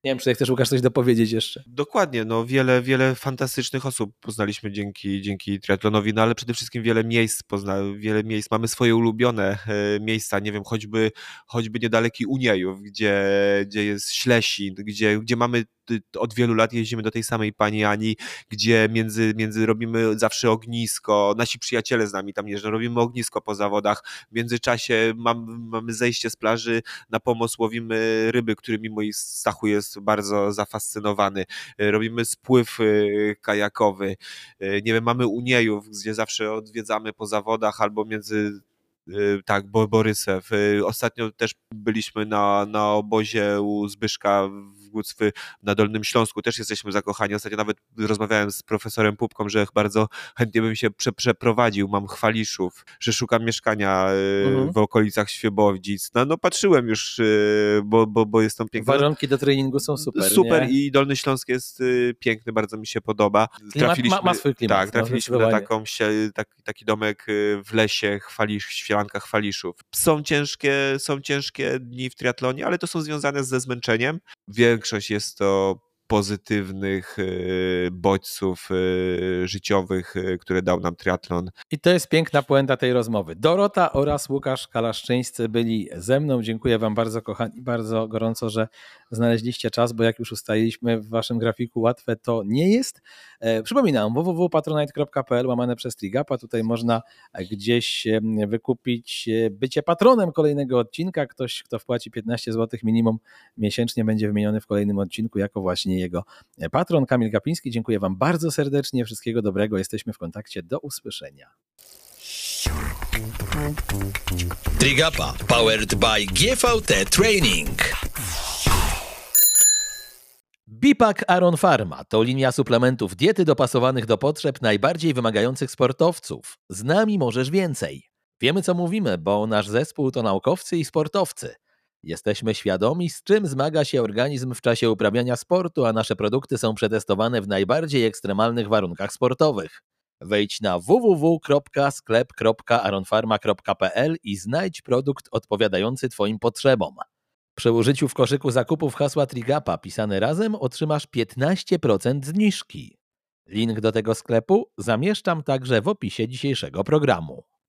B: Nie wiem, czy chcesz, Łukasz, coś dopowiedzieć jeszcze.
D: Dokładnie, no wiele fantastycznych osób poznaliśmy dzięki triatlonowi, no ale przede wszystkim wiele miejsc mamy swoje ulubione miejsca, nie wiem, choćby niedaleki Uniejów, gdzie jest Ślesin, gdzie mamy od wielu lat jeździmy do tej samej pani Ani, gdzie między robimy zawsze ognisko, nasi przyjaciele z nami tam jeżdżą, robimy ognisko po zawodach, w międzyczasie mamy zejście z plaży na pomoc, łowimy ryby, którymi mój Stachu jest bardzo zafascynowany, robimy spływ kajakowy, nie wiem, mamy Uniejów, gdzie zawsze odwiedzamy po zawodach albo Borysew. Ostatnio też byliśmy na obozie u Zbyszka w Gucwy na Dolnym Śląsku. Też jesteśmy zakochani. Ostatnio nawet rozmawiałem z profesorem Pupką, że bardzo chętnie bym się przeprowadził. Mam Chwaliszów, że szukam mieszkania w okolicach Świebodzic. No patrzyłem już, bo jest tam piękne.
B: Warunki do treningu są super.
D: Super
B: nie?
D: i Dolny Śląsk jest piękny, bardzo mi się podoba.
B: Ma swój klimat.
D: Tak, trafiliśmy na taki domek w lesie, Świelanka Chwaliszów. Są ciężkie dni w triatlonie, ale to są związane ze zmęczeniem. Większość jest to pozytywnych bodźców życiowych, które dał nam triatlon.
B: I to jest piękna puenta tej rozmowy. Dorota oraz Łukasz Kalaszczyńscy byli ze mną. Dziękuję wam bardzo, kochani, bardzo gorąco, że znaleźliście czas, bo jak już ustaliliśmy w waszym grafiku, łatwe to nie jest. Przypominam, www.patronite.pl/Trigapa. Tutaj można gdzieś wykupić bycie patronem kolejnego odcinka. Ktoś, kto wpłaci 15 zł minimum miesięcznie, będzie wymieniony w kolejnym odcinku jako właśnie jego patron. Kamil Gapiński, dziękuję wam bardzo serdecznie. Wszystkiego dobrego. Jesteśmy w kontakcie. Do usłyszenia.
A: Trigapa powered by GVT Training. Bipak Aron Pharma to linia suplementów diety dopasowanych do potrzeb najbardziej wymagających sportowców. Z nami możesz więcej. Wiemy, co mówimy, bo nasz zespół to naukowcy i sportowcy. Jesteśmy świadomi, z czym zmaga się organizm w czasie uprawiania sportu, a nasze produkty są przetestowane w najbardziej ekstremalnych warunkach sportowych. Wejdź na www.sklep.aronpharma.pl i znajdź produkt odpowiadający Twoim potrzebom. Przy użyciu w koszyku zakupów hasła Trigapa pisane razem otrzymasz 15% zniżki. Link do tego sklepu zamieszczam także w opisie dzisiejszego programu.